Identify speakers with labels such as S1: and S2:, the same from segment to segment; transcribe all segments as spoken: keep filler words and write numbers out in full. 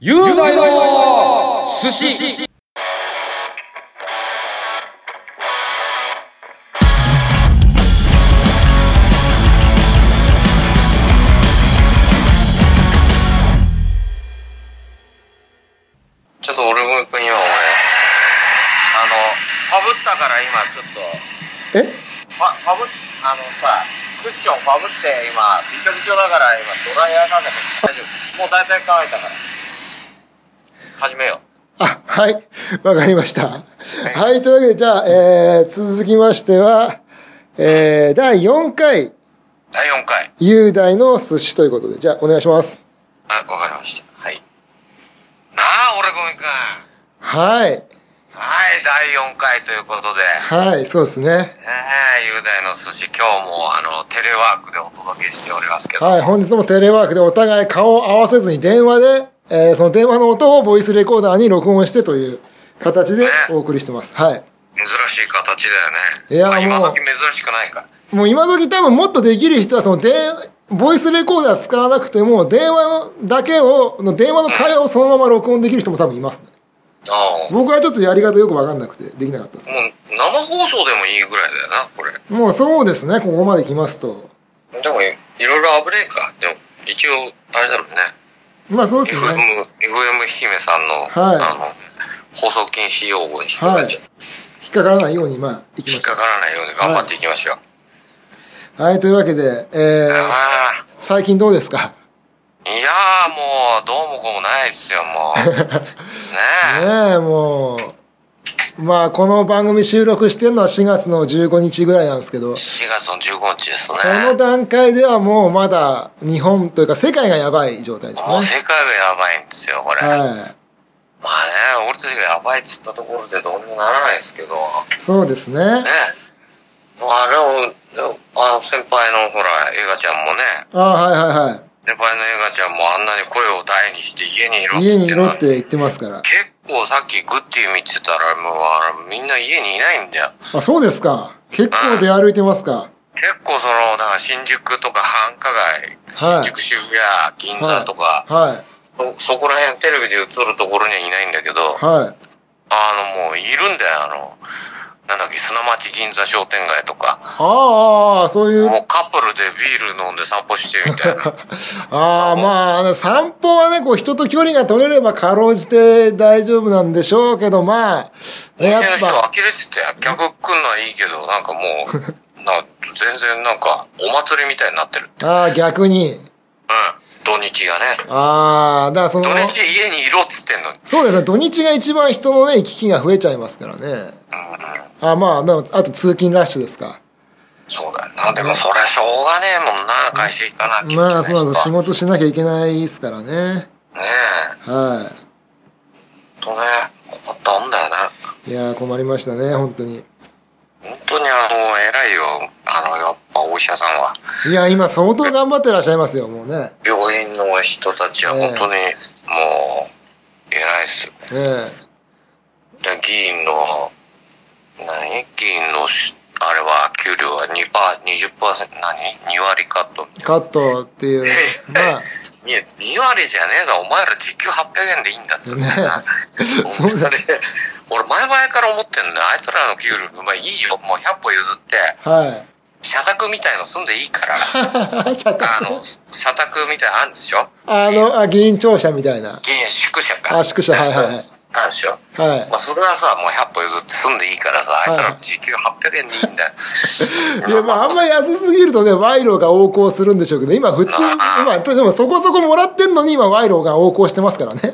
S1: 雄大の寿司。
S2: ちょっと俺も君今俺あのかぶったから今ちょっと
S3: え
S2: かかぶっあのさクッションかぶって今びちょびちょだから今ドライヤーかけて大丈夫もう大体乾いたから始めよう。
S3: あ、はい。わかりました。はい。というわけで、じゃあ、えー、続きましては、えー、だいよんかい。
S2: だいよんかい。
S3: 雄大の寿司ということで、じゃあ、お願いします。
S2: はい、わかりました。はい。なあ、俺ごめんくん。
S3: はい。
S2: はい、だいよんかいということで。
S3: はい、そうですね。
S2: えー、雄大の寿司、今日もあの、テレワークでお届けしておりますけど。
S3: はい、本日もテレワークでお互い顔を合わせずに電話で、えー、その電話の音をボイスレコーダーに録音してという形でお送りしてます。はい。
S2: 珍しい形だよね。
S3: いや、
S2: まあ、今
S3: もう
S2: 時珍しくないか。
S3: もう今時多分もっとできる人はその電、ボイスレコーダー使わなくても、電話だけを、電話の会話をそのまま録音できる人も多分いますね。
S2: ああ。
S3: 僕はちょっとやり方よくわかんなくてできなかったです。
S2: もう生放送でもいいぐらいだよな、これ。
S3: もうそうですね、ここまで来ますと。
S2: でもい、いろいろ危ねえか。でも、一応、あれだろうね。
S3: まあそうです
S2: エフエム、
S3: ね。
S2: エフエム 姫さんの、
S3: はい
S2: あの、放送禁止用語に引っかかっちゃう。
S3: 引っかからないように、まあ、いきまし
S2: 引っかからないように頑張っていきましょう。
S3: ょう。はい、というわけで、えー、
S2: あ
S3: 最近どうですか？
S2: いやーもう、どうもこうもないっすよ、もう。ねえ。
S3: ねえ、もう、まあ、この番組収録してるのはしがつのじゅうごにちぐらいなんですけど、
S2: しがつのじゅうごにちですね。
S3: この段階ではもうまだ日本というか世界がやばい状態ですね。
S2: もう世界がやばいんですよ、これ。
S3: はい。
S2: まあね、俺たちがやばいっつったところでどうにもならないですけど。
S3: そうですね。
S2: ね。あれを、あの先輩のほら、映画ちゃんもね、
S3: ああ、はいはいはい。
S2: 先輩の映画ちゃんもあんなに声を大にして家にいろって
S3: 家
S2: 言ってるのに
S3: にいろって言ってますから。
S2: 結構さっきグッディ見てたらもうあのみんな家にいないんだよ。
S3: あ、そうですか。結構出歩いてますか。
S2: 結構その、だから新宿とか繁華街、
S3: はい
S2: 新宿渋谷、銀座とか、
S3: はい。
S2: そ、そこら辺テレビで映るところにはいないんだけど、
S3: はい。
S2: あのもういるんだよ、あの、なんだっけ、砂町銀座商店街とか。
S3: ああ、そういう。
S2: もうカップルでビール飲んで散歩してみたいな。
S3: ああ、まあ、散歩はね、こう人と距離が取れればかろうじて大丈夫なんでしょうけど、まあ、
S2: お店の人は呆れてて、客来んのはいいけど、なんかもう、な全然なんか、お祭りみたいになってるって。
S3: ああ、逆に。
S2: うん。土日がね。
S3: ああ、だからその。
S2: 土日家にいろっつってんのに。
S3: そうですね、土日が一番人のね、行き来が増えちゃいますからね。うんうん。あまあ、あと通勤ラッシュですか。
S2: そうだよな。でもそれはしょうがねえもんな、会社行かなきゃいけない。
S3: まあ、そうなんです。仕事しなきゃいけないですからね。
S2: ね
S3: え。はい。
S2: とね、困ったもんだよな。
S3: いやー、困りましたね、本当に。
S2: 本当にあの、偉いよ。あの、やっぱお医者さんは。
S3: いや、今相当頑張ってらっしゃいますよ、もうね。
S2: 病院の人たちは本当に、もう、偉いっすよ。
S3: え
S2: え。で、議員の、何議員の、あれは、給料はにパーセント、にじゅっパーセント、何 ?に 割カットみたいな。
S3: カットっていう。まあ。
S2: に、に割じゃねえが、お前ら時給はっぴゃくえんでいいんだっつってな。
S3: ねそうだね。
S2: 俺前々から思ってんのね。あいつらの給料、まあいいよ。もうひゃっぽ譲って。
S3: はい。
S2: 社宅みたいの住んでいいから。
S3: 社宅
S2: あの、社宅みたいなのあるんでしょ
S3: あの、あ、議員庁舎みたいな。
S2: 議員宿舎か。
S3: あ、宿舎、はいはいはい。
S2: あるでしょ
S3: はい。
S2: まあそれはさ、もうひゃっぽ譲って住んでいいからさ、あいつら時給はっぴゃくえんでいいんだよ。
S3: いや、まああんまり安すぎるとね、賄賂が横行するんでしょうけど、今普通、今、でもそこそこもらってんのに今賄賂が横行してますからね。
S2: うん、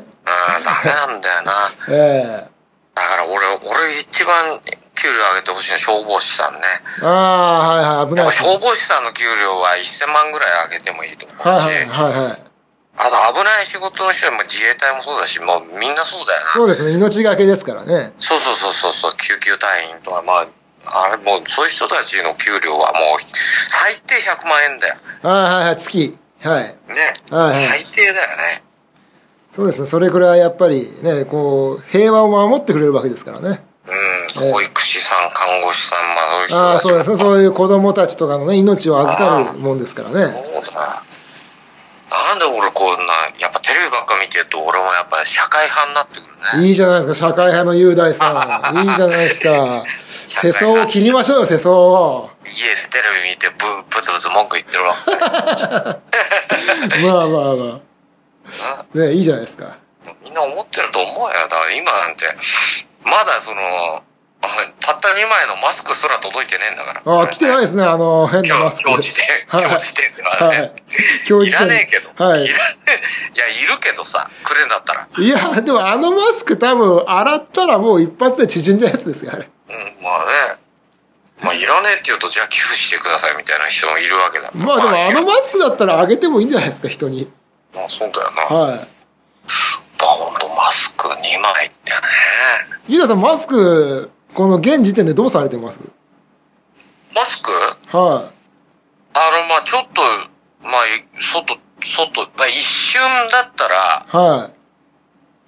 S2: ダメなんだよな。
S3: ええ
S2: だから俺、俺一番給料上げてほしいのは消防士さんね。
S3: ああ、はいはい、危ない。
S2: 消防士さんの給料はせんまんぐらい上げてもいいと思うし。
S3: はいはいはいはい。
S2: あと危ない仕事の人は自衛隊もそうだし、もうみんなそうだよな。
S3: そうですね、命がけですからね。
S2: そうそうそうそうそう、救急隊員とか、まあ、あれもうそういう人たちの給料はもう最低ひゃくまんえんだよ。
S3: はいはいはい、月。はい。
S2: ね。
S3: はいはい。
S2: 最低だよね。
S3: そうですね、それくらいやっぱりね、こう、平和を守ってくれるわけですからね。
S2: うん、保育士さん、看護師さん、まあそういう人たち
S3: ああ、そうですね、そういう子供たちとかのね、命を預かるもんですからね。
S2: そうだ。何なんで俺こんな、やっぱテレビばっか見てると俺もやっぱ社会派になってくるね。
S3: いいじゃないですか、社会派の雄大さん。いいじゃないですか。世相を切りましょうよ、世相を。
S2: 家でテレビ見てブブツブツ文句言ってるわ。
S3: まあまあまあ。ね、いいじゃないですか。
S2: みんな思ってると思うよ。だから今なんて、まだその、たったにまいのマスクすら届いてねえんだから。
S3: ああ、来てないですね、あの、変なマスク。
S2: 今日時点、今日時点ではね。
S3: 今日時点。
S2: いらねえけど。
S3: はい。
S2: いらねえ。いや、いるけどさ、くれんだったら。
S3: いや、でもあのマスク多分、洗ったらもう一発で縮んじゃうやつですよ、あれ。
S2: うん、まあね。まあ、いらねえって言うと、じゃあ寄付してくださいみたいな人もいるわけだ。
S3: まあでも、あのマスクだったらあげてもいいんじゃないですか、人に。
S2: まあ、そうだよな。
S3: はい。
S2: バウンドマスクにまいってね。
S3: ゆうたさん、マスク、この現時点でどうされてます？
S2: マスク？
S3: はい。
S2: あの、まあちょっと、まあ外、外、まあ一瞬だったら、
S3: はい。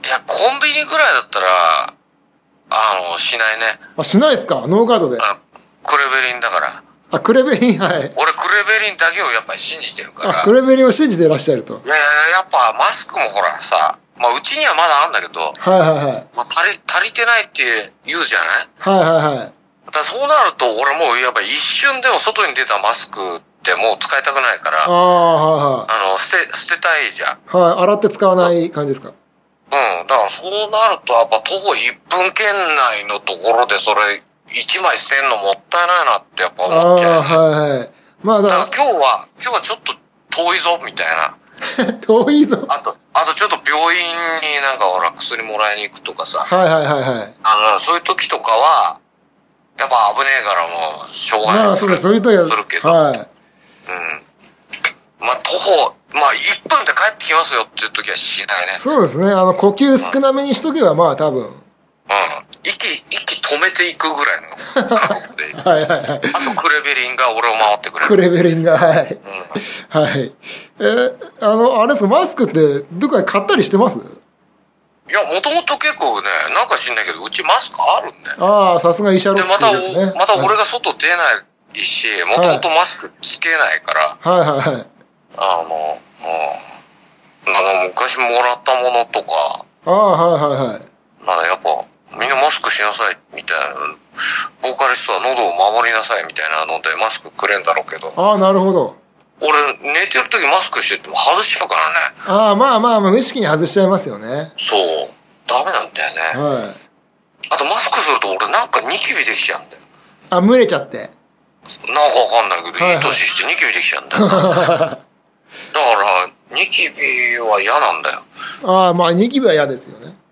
S2: いや、コンビニぐらいだったら、あの、しないね。
S3: あ、しないですか？ノーガードで。
S2: あ、クレベリンだから。
S3: あ、クレベリン、はい。
S2: 俺、クレベリンだけをやっぱり信じてるから。
S3: あ、クレベリンを信じていらっしゃると。
S2: いやいや、やっぱマスクもほらさ、まあうちにはまだあんだけど、
S3: はいはいはい。
S2: まあ足り、足りてないって言うじゃない？
S3: はいはいはい。
S2: だからそうなると、俺もうやっぱ一瞬でも外に出たマスクってもう使いたくないから、
S3: ああ、はいはい。
S2: あの、捨て、捨てたいじゃん。
S3: はい、洗って使わない感じですか？
S2: うん。だからそうなると、やっぱ徒歩いっぷん圏内のところでそれいちまい捨てんのもったいないなってやっぱ思っちゃう、ね。
S3: ああ、はいはい。まあだ
S2: だか
S3: から
S2: 今日は、今日はちょっと遠いぞ、みたいな。
S3: 遠いぞ。
S2: あと、あとちょっと病院になんかほら薬もらいに行くとかさ。
S3: はいはいはいはい。
S2: あの、そういう時とかは、やっぱ危ねえからもう、しょうがない。
S3: まあそうです、そういう時は。
S2: するけど。
S3: はい。
S2: うん。まあ徒歩、まあいっぷんで帰ってきますよっていう時はしないね。
S3: そうですね。あの、呼吸少なめにしとけば、まあ多分。
S2: うん。息、息止めていくぐらいの覚悟で。
S3: はいはいはい。
S2: あとクレベリンが俺を回ってくれる。
S3: クレベリンが、はい。
S2: うん。
S3: はい。えー、あの、あれですか、マスクってどっかで買ったりしてます？
S2: いや、もともと結構ね、なんか知んないけど、うちマスクあるんだよ。
S3: ああ、さすがイシャロッ
S2: で、また、
S3: クですね。
S2: また俺が外出ないし、もともとマスクつけないから、
S3: はいはいはい。
S2: あの、もう、あの、昔もらったものとか、
S3: ああ、はいはいはい。
S2: まだやっぱ、みんなマスクしなさい、みたいな、ボーカリストは喉を守りなさい、みたいなので、マスクくれんだろうけど、
S3: ああ、なるほど。
S2: 俺、寝てる時マスクしてても外しちゃうからね。
S3: ああ、まあまあまあ、無意識に外しちゃいますよね。
S2: そう。ダメなんだよね。
S3: はい。
S2: あとマスクすると俺なんかニキビできちゃうんだよ。
S3: あ、蒸れちゃって。
S2: なんかわかんないけど、
S3: はいはい
S2: いい年してニキビできちゃうんだよ。だから、ニキビは嫌なんだよ。
S3: ああ、まあ、ニキビは嫌ですよね。
S2: うん。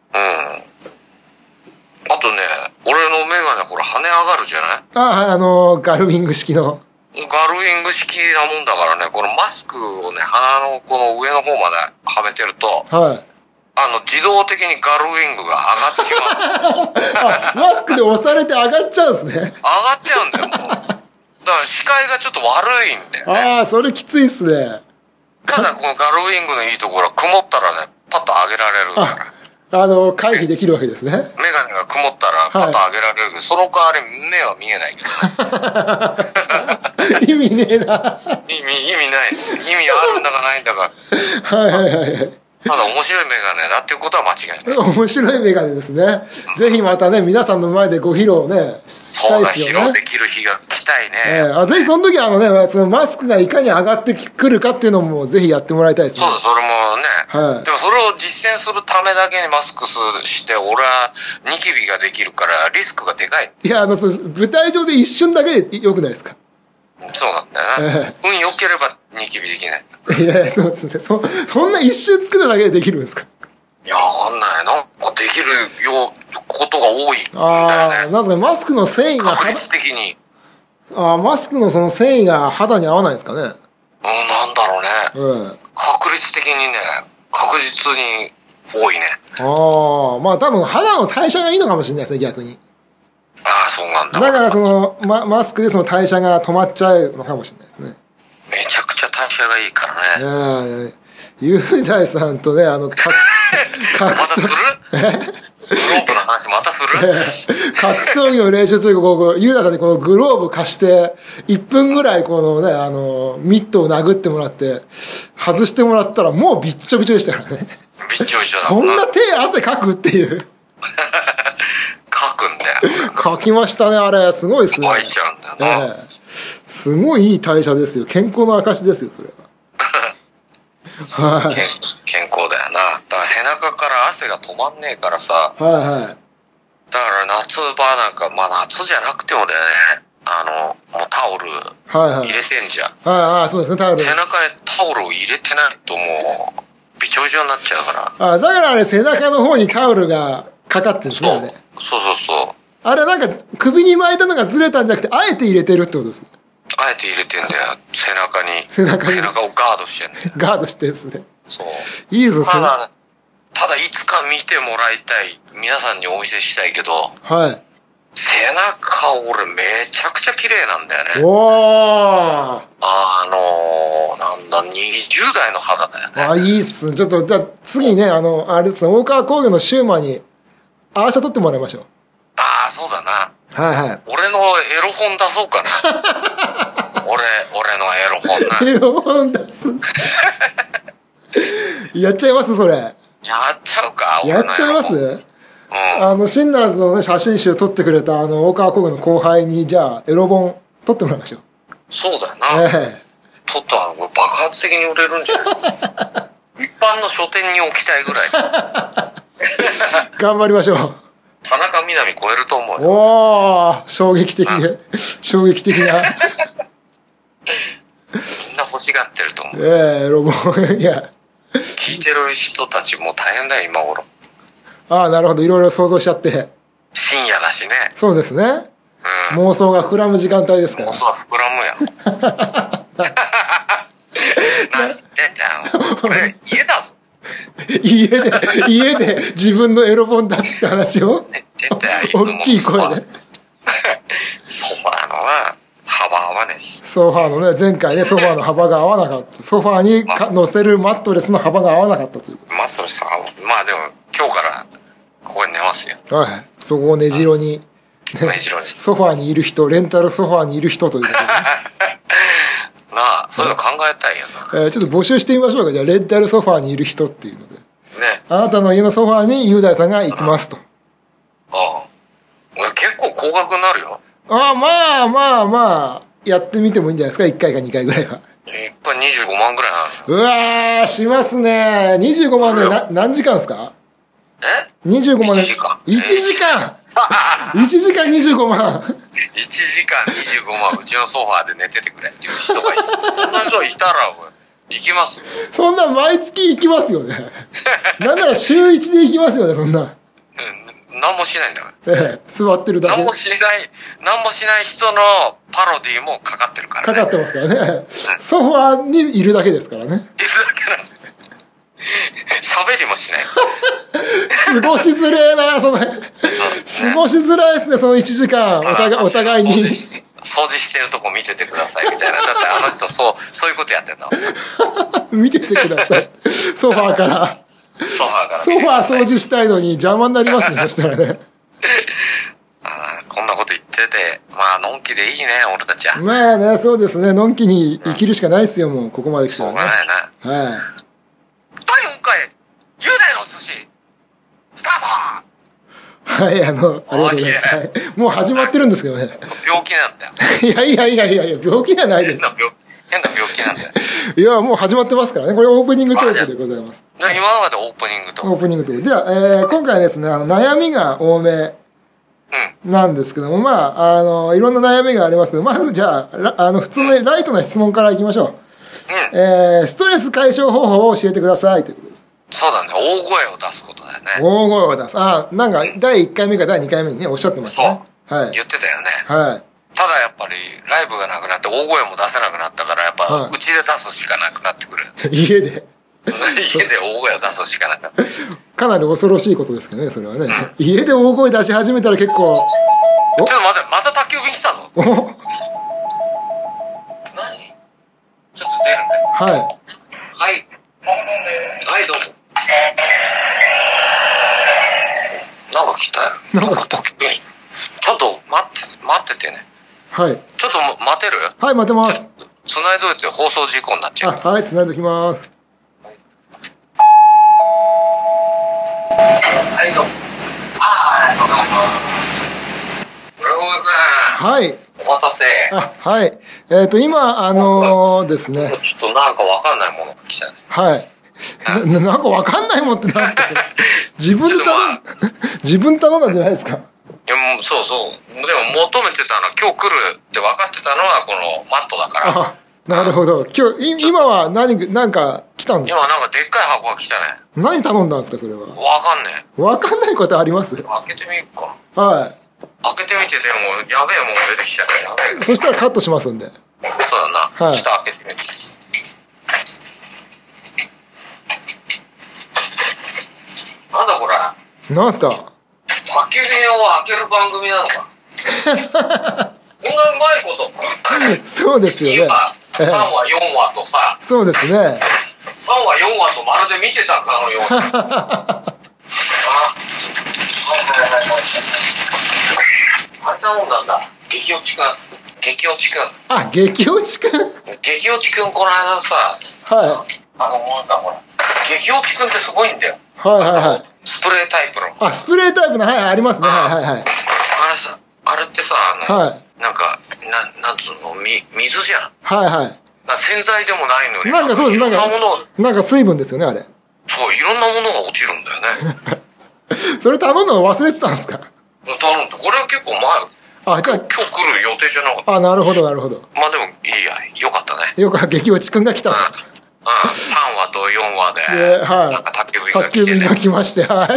S2: あとね、俺のメガネほら跳ね上がるじゃない？
S3: ああ、はい、あの、ガルウィング式の。
S2: ガルウィング式なもんだからね、このマスクをね、鼻のこの上の方まではめてると、
S3: はい。
S2: あの、自動的にガルウィングが上がってしまう。
S3: あ、マスクで押されて上がっちゃうんですね。
S2: 上がっちゃうんだよ、もう。だから視界がちょっと悪いんだよね。
S3: ああ、それきついっすね。
S2: ただこのガルウィングのいいところは曇ったらね、パッと上げられるから。
S3: あの、回避できるわけですね。
S2: メガネが曇ったらパッと上げられるけど、はい、その代わり目は見えないけどね。
S3: 意味ねえな。
S2: 意味、意味ない。意味あるんだかないんだか。
S3: はいはいはいはい。
S2: ただ面白いメガネだっていうことは間違いない。
S3: 面白いメガネですね。うん、ぜひまたね、皆さんの前でご披露ね、したいですよね。
S2: そうだ、披露できる日が来たいね。
S3: えー、あぜひその時はあのね、そのマスクがいかに上がってくるかっていうのもぜひやってもらいたいですね。
S2: そうだ、それもね。
S3: はい。
S2: でもそれを実践するためだけにマスクして、俺はニキビができるからリスクがでかい。
S3: いや、あの、舞台上で一瞬だけでよくないですか？
S2: そうなんだよな。えー、運良ければニキビできない。
S3: いやいや、そうですね。そ、そんな一瞬つけただけでできるんですか？
S2: いや、わかんない。なんかできるよう、ことが多いんだよね。
S3: ああ、なぜかマスクの繊維が。
S2: 確率的に。
S3: ああ、マスクのその繊維が肌に合わないですかね。うん、
S2: なんだろうね。うん。確率的にね、確実に多いね。
S3: ああ、まあ多分肌の代謝がいいのかもしれないですね、逆に。
S2: ああ、そうなんだ。
S3: だからその、ま、マスクでその代謝が止まっちゃうのかもしれないですね。
S2: めちゃくちゃ代謝がいいからね。
S3: いやー、雄大さんとね、あの、か、
S2: またするグローブの話またする
S3: 格闘技の練習するとこうユーダさんにこのグローブ貸していっぷんぐらいこのねあのミットを殴ってもらって外してもらったらもうびっちょびちょでしたからね。
S2: びっちょびちょだ
S3: そ
S2: もんな。
S3: んな手汗かくっていう
S2: 書くんだよ。
S3: 書きましたねあれすごいですね。
S2: 湧いちゃうんだよな。
S3: ええすごいいい代謝ですよ。健康の証ですよそれは。はい
S2: 健健康だよな。だから背中から汗が止まんねえからさ。
S3: はいはい。
S2: だから夏場なんか、まあ夏じゃなくてもだよね。あの、もうタオル
S3: はいはい。
S2: 入れてんじゃん。
S3: はいはいそうですねタオル。
S2: 背中にタオルを入れてないともう、びちょびちょになっちゃうから。
S3: あだからあれ背中の方にタオルがかかってるんですねあれ。
S2: そうそうそう。
S3: あれなんか首に巻いたのがずれたんじゃなくてあえて入れてるってことですね。
S2: あえて入れてんだよ。背中に。
S3: 背中に
S2: 背中をガードしてんだよ。
S3: ガードしてですね。
S2: そう。
S3: いいですね。
S2: ただ、ただいつか見てもらいたい。皆さんにお見せしたいけど、
S3: はい。
S2: 背中俺めちゃくちゃ綺麗なんだよね。
S3: おー。
S2: あのー、なんだ、にじゅう代の肌だよね。
S3: あ、いいっす。ちょっと、じゃあ次ね、あの、あれですね、大川工業のシューマンに、アーシャ取ってもらいましょう。
S2: ああ、そうだな。
S3: はいはい。
S2: 俺のエロ本出そうかな。俺、俺のエロ本な。
S3: エロ本出す。やっちゃいますそれ。
S2: やっちゃうか
S3: やっちゃいます
S2: うん。
S3: あの、シンナーズのね、写真集撮ってくれた、あの、大川工業の後輩に、じゃあ、エロ本撮ってもらいましょう。
S2: そうだよな。
S3: え
S2: ちょっとあの、これ爆発的に売れるんじゃない一般の書店に置きたいぐらい。
S3: え頑張りましょう。
S2: 田中みな実超えると思うよ。
S3: おー、衝撃的で、衝撃的な。
S2: みんな欲しがってると思う。
S3: ええロボ、いや。
S2: 聞いてる人たちも大変だよ、今頃。
S3: ああ、なるほど。いろいろ想像しちゃって。
S2: 深夜だしね。
S3: そうですね。
S2: うん。
S3: 妄想が膨らむ時間帯ですから。
S2: 妄想は膨らむやん。何言ってんだよ。俺、家だぞ。
S3: 家で、家で自分のエロ本出すって話を。
S2: 言ってんだよ、いつも。
S3: 大きい声で。
S2: ソファーのは幅合わねえし。
S3: ソファーのね、前回ね、ソファーの幅が合わなかった。ソファーにか乗せるマットレスの幅が合わなかったという。
S2: マットレスは、まあでも、今日からここに寝ますよ。
S3: はい。そこをねじろに。
S2: 目白に。
S3: ソファーにいる人、レンタルソファーにいる人ということで、ね。
S2: なあ、そういうの考えたいよ
S3: えーちょっと募集してみましょうか。じゃあ、レンタルソファーにいる人っていうので。
S2: な。ね。
S3: あなたの家のソファーに雄大さんが行きますと。
S2: ああ。俺結構高額になるよ。
S3: ああ、まあまあまあ、やってみてもいいんじゃないですか。いっかいかにかいぐらいは。
S2: 一回にじゅうごまんぐらいなる。
S3: うわー、しますね。にじゅうごまんでな何時間ですか？
S2: え
S3: にじゅうごまんで。
S2: いちじかん
S3: いちじかん !いちじかんにじゅうごまん。
S2: いちじかんにじゅうごまん、うちのソファーで寝ててくれっていう人がいる。そんな人いたら、俺、行きますよ。
S3: そんな毎月行きますよね。なんなら週いちで行きますよね、そんな。
S2: うん、何もしないんだから。
S3: ええ、座ってるだけ。
S2: 何もしない、何もしない人のパロディもかかってるからね。
S3: かかってますからね。ソファーにいるだけですからね。
S2: いるだけなの。喋りもしない。
S3: 過ごしづれえな、その、過ごしづらいですね、そのいちじかん。お互い、お互いに。
S2: 掃除してるとこ見ててくださいみたいな。だってあの人、そう、そういうことやってんだもん。
S3: 見ててください。ソファーから。
S2: ソファーから
S3: ソファー掃除したいのに邪魔になりますね、そしたらね。
S2: あこんなこと言ってて、まあ、のんきでいいね、俺たちは。
S3: まあね、そうですね。のんきに生きるしかないですよ、もう、ここまで来たらね。
S2: しょうがないな。
S3: はい。
S2: だいよんかい、雄大の寿司、スター
S3: はい、あの、ありがとうございます。はい、もう始まってるんですけどね。
S2: ト病気なんだよ。
S3: いやいやいやいやいや、病気じゃないです。
S2: 変な病変な病気なんだよ。
S3: いや、もう始まってますからね。これオープニングトークでございます。
S2: 今までオープニングと。
S3: オープニングトーク。では、えー、今回はですね、あの、悩みが多めなんですけども、まあ、あの、いろんな悩みがありますけど、まずじゃあ、らあの、普通のライトな質問からいきましょう。
S2: うん。
S3: えー、ストレス解消方法を教えてくださいということです。
S2: そうだね。大声を出すことだよね。
S3: 大声を出す。あ、なんか、だいいっかいめかだいにかいめにね、おっしゃってましたね。はい。
S2: 言ってたよね。
S3: はい。
S2: ただやっぱり、ライブがなくなって大声も出せなくなったから、やっぱ、
S3: はいう
S2: ちで出すしかなくなってくる。
S3: 家で。
S2: 家で大声を出すしかなくなってくる。
S3: かなり恐ろしいことですけどね、それはね。家で大声出し始めたら結構、
S2: ちょっと待って、また宅急便来たぞ。
S3: お
S2: 何ちょっと出るね。
S3: はい。
S2: はい。はい、どうも。 なんか来たよ。
S3: なんか来た。
S2: ちょっと待って、待っててね。
S3: はい。
S2: ちょっと待てる？
S3: はい、待てます。
S2: 繋いどいて放送事故になっちゃう。
S3: あ、はい、繋いどきます。
S2: はい、どうも。ああ、ありがとうございます。村上君。
S3: はい。
S2: お待たせ。
S3: あ、はい。えっと、今、あのーですね。
S2: ちょっとなんかわかんないものが来たね。
S3: はい。な, なんかわかんないもんってなんですかそれ。自分で頼ん、自分頼んだんじゃないですか。
S2: いや、もう、そうそう。でも求めてたの、今日来るって分かってたのはこのマットだから。
S3: あ、なるほど。今日、今は何、なんか来たんですか？
S2: 今なんかでっかい箱が来たね。
S3: 何頼んだんですか、それは。
S2: わかんね
S3: え。わかんないことあります？
S2: 開けてみるか。
S3: はい。
S2: 開けてみて、でも、やべえもん出てきたね。やべえ。
S3: そしたらカットしますんで。
S2: そうだな。
S3: はい。
S2: ちょっと開けてみて。なんだこれ。
S3: なんすか？
S2: 焚き火を開ける番組なのか。こんなうまいこと。
S3: そうですよね。
S2: 今、さんわよんわとさ。
S3: そうですね。
S2: さんわよんわとまるで見てたかのような。あ、あれ頼んだんだ。激落ちくん。激落ちくん。
S3: あ、激落ちくん。
S2: 激落ちくんこの間さ。
S3: はい。
S2: あの、なんだこれ。激落ちくんってすごいんだよ。
S3: はいはいはい。
S2: スプレータイプの。
S3: あ、スプレータイプの、はい、ありますね。はいはいはい。
S2: あれさ、あれってさ、あの、はい、なんか、な、なんつうの、み、水じゃん。
S3: はいはい。
S2: 洗剤でもないのに。
S3: なんかそうです、なんか、なんか水分ですよね、あれ。
S2: そう、いろんなものが落ちるんだよね。
S3: それ頼むの忘れてたんですか？
S2: 頼んだ。これは結構前。あ、じゃあ今日来る予定じゃなかった。
S3: あ、なるほどなるほど。
S2: まあでもいいや、よかったね。
S3: よかった、激落ちくんが来た。うん、
S2: うん、さんわとよんわで、
S3: はい、なんか
S2: 宅急便が来て、ね。
S3: 宅急便が来まして、はい。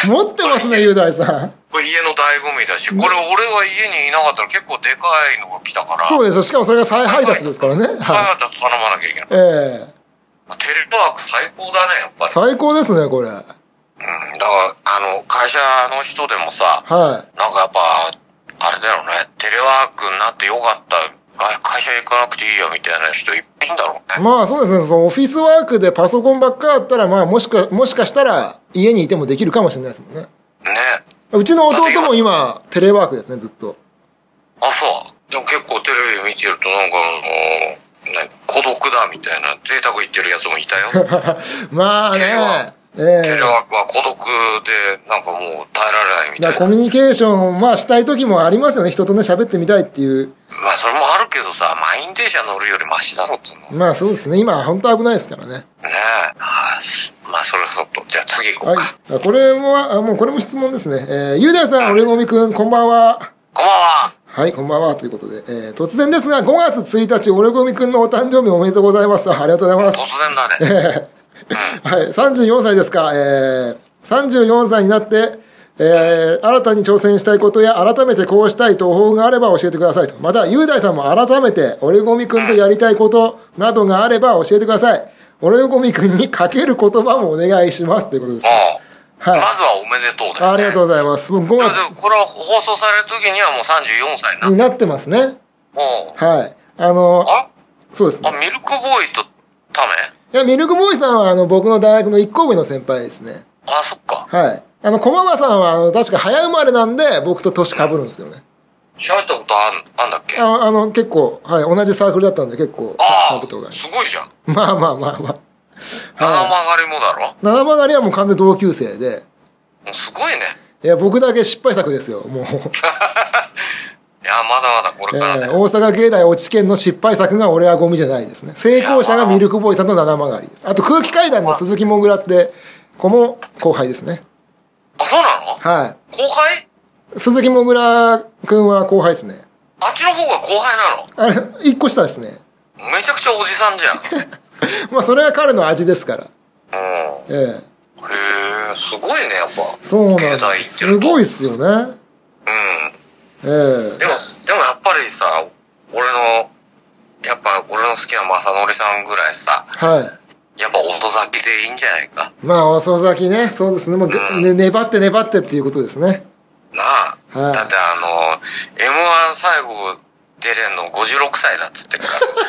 S3: 持ってますね、雄大さん。
S2: これ家の醍醐味だし、これ俺は家にいなかったら結構でかいのが来たから。
S3: そうですよ、しかもそれが再配達ですからね。
S2: 再配達頼まなきゃいけない。
S3: ええ
S2: ー。テレワーク最高だね、やっぱり。
S3: 最高ですね、これ。うん、だか
S2: ら、あの、会社の人でもさ、
S3: はい。
S2: なんかやっぱ、あれだよね、テレワークになってよかった。会社行かなくていいよみたいな人いっぱいいんだろうね。
S3: まあそうですね、そのオフィスワークでパソコンばっかあったら、まあもしか、もしかしたら家にいてもできるかもしれないですもんね。ね。うちの弟も今、テレワークですね、ずっと。
S2: あ、そう。でも結構テレビ見てるとなんかもう、ね、孤独だみたいな贅沢言ってるやつもいたよ。まあね。えー、テレワークは孤独でなんかもう耐えられないみたいな。
S3: コミュニケーションまあしたい時もありますよね。人とね喋ってみたいっていう。
S2: まあそれもあるけどさ、満員電車乗るよりマシだろっつうの。
S3: まあそうですね。今は本当危ないですからね。ね
S2: え。あまあそれそっとじゃあ次行こうか。
S3: はい。これもあもうこれも質問ですね。えー、ゆうだいさん、俺のみくんこんばんは。
S2: こんばんは。
S3: はい、こんばんはということで、えー、突然ですがごがつついたち、オレゴミくんのお誕生日おめでとうございます。ありがとうございます。
S2: 突然だね。
S3: はい、さんじゅうよんさいですか。えー、さんじゅうよんさいになって、えー、新たに挑戦したいことや改めてこうしたい東方があれば教えてくださいと。また、雄大さんも改めてオレゴミくんとやりたいことなどがあれば教えてください。オレゴミくんにかける言葉もお願いしますということです、ね。
S2: はい、まずはおめでとうだよ、ね。
S3: ありがとうございます。
S2: ごがつこれは放送される時にはもうさんじゅうよんさいになって
S3: になってますね。はい。あの、
S2: あ
S3: そうですね。
S2: あ、ミルクボーイとタメ？
S3: いや、ミルクボーイさんはあの僕の大学のいっこうめの先輩ですね。
S2: あ、そっか。
S3: はい。あの、駒場さんはあの確か早生まれなんで僕と年被るんですよね。
S2: 喋ったことあん、あんだっけ？
S3: ああの、結構、はい、同じサークルだったんで結構
S2: 喋ったことがある。すごいじゃん。
S3: まあまあまあまあ。
S2: 七曲がりもだろ？
S3: 七曲がりはもう完全同級生で。
S2: すごいね。
S3: いや、僕だけ失敗作ですよ、もう。いや、
S2: まだまだこれからね。
S3: えー、大阪芸大落ち研の失敗作が俺はゴミじゃないですね。成功者がミルクボーイさんと七曲がりです。あと空気階段の鈴木もぐらって子も後輩ですね。
S2: あ、そうなの？
S3: はい。
S2: 後輩？
S3: 鈴木もぐらくんは後輩ですね。
S2: あっちの方が後輩な
S3: の？あれ、一個下ですね。
S2: めちゃくちゃおじさんじゃん。
S3: まあ、それは彼の味ですから。
S2: うん。
S3: ええ。
S2: へえ、すごいね、やっぱ。
S3: そうなんです。すごいっすよね。うん。ええ。でも、
S2: でもやっぱりさ、俺の、やっぱ俺の好きな正則さんぐらいさ、
S3: はい。
S2: やっぱ遅咲きでいいんじゃないか。
S3: まあ、遅咲きね。そうですね。もう、うん、ね、粘って粘ってっていうことですね。
S2: なあ。はい、だってあの、エムワン 最後出れんのごじゅうろくさいだっつってから。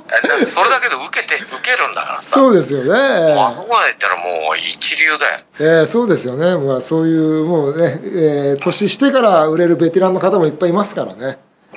S2: だってそれだけで受けて、受けるんだからさ。
S3: そうですよね。
S2: まあ、ここまで言ったらもう一流だよ。
S3: えー、そうですよね。まあそういう、もうね、えー、年してから売れるベテランの方もいっぱいいますからね。
S2: うん。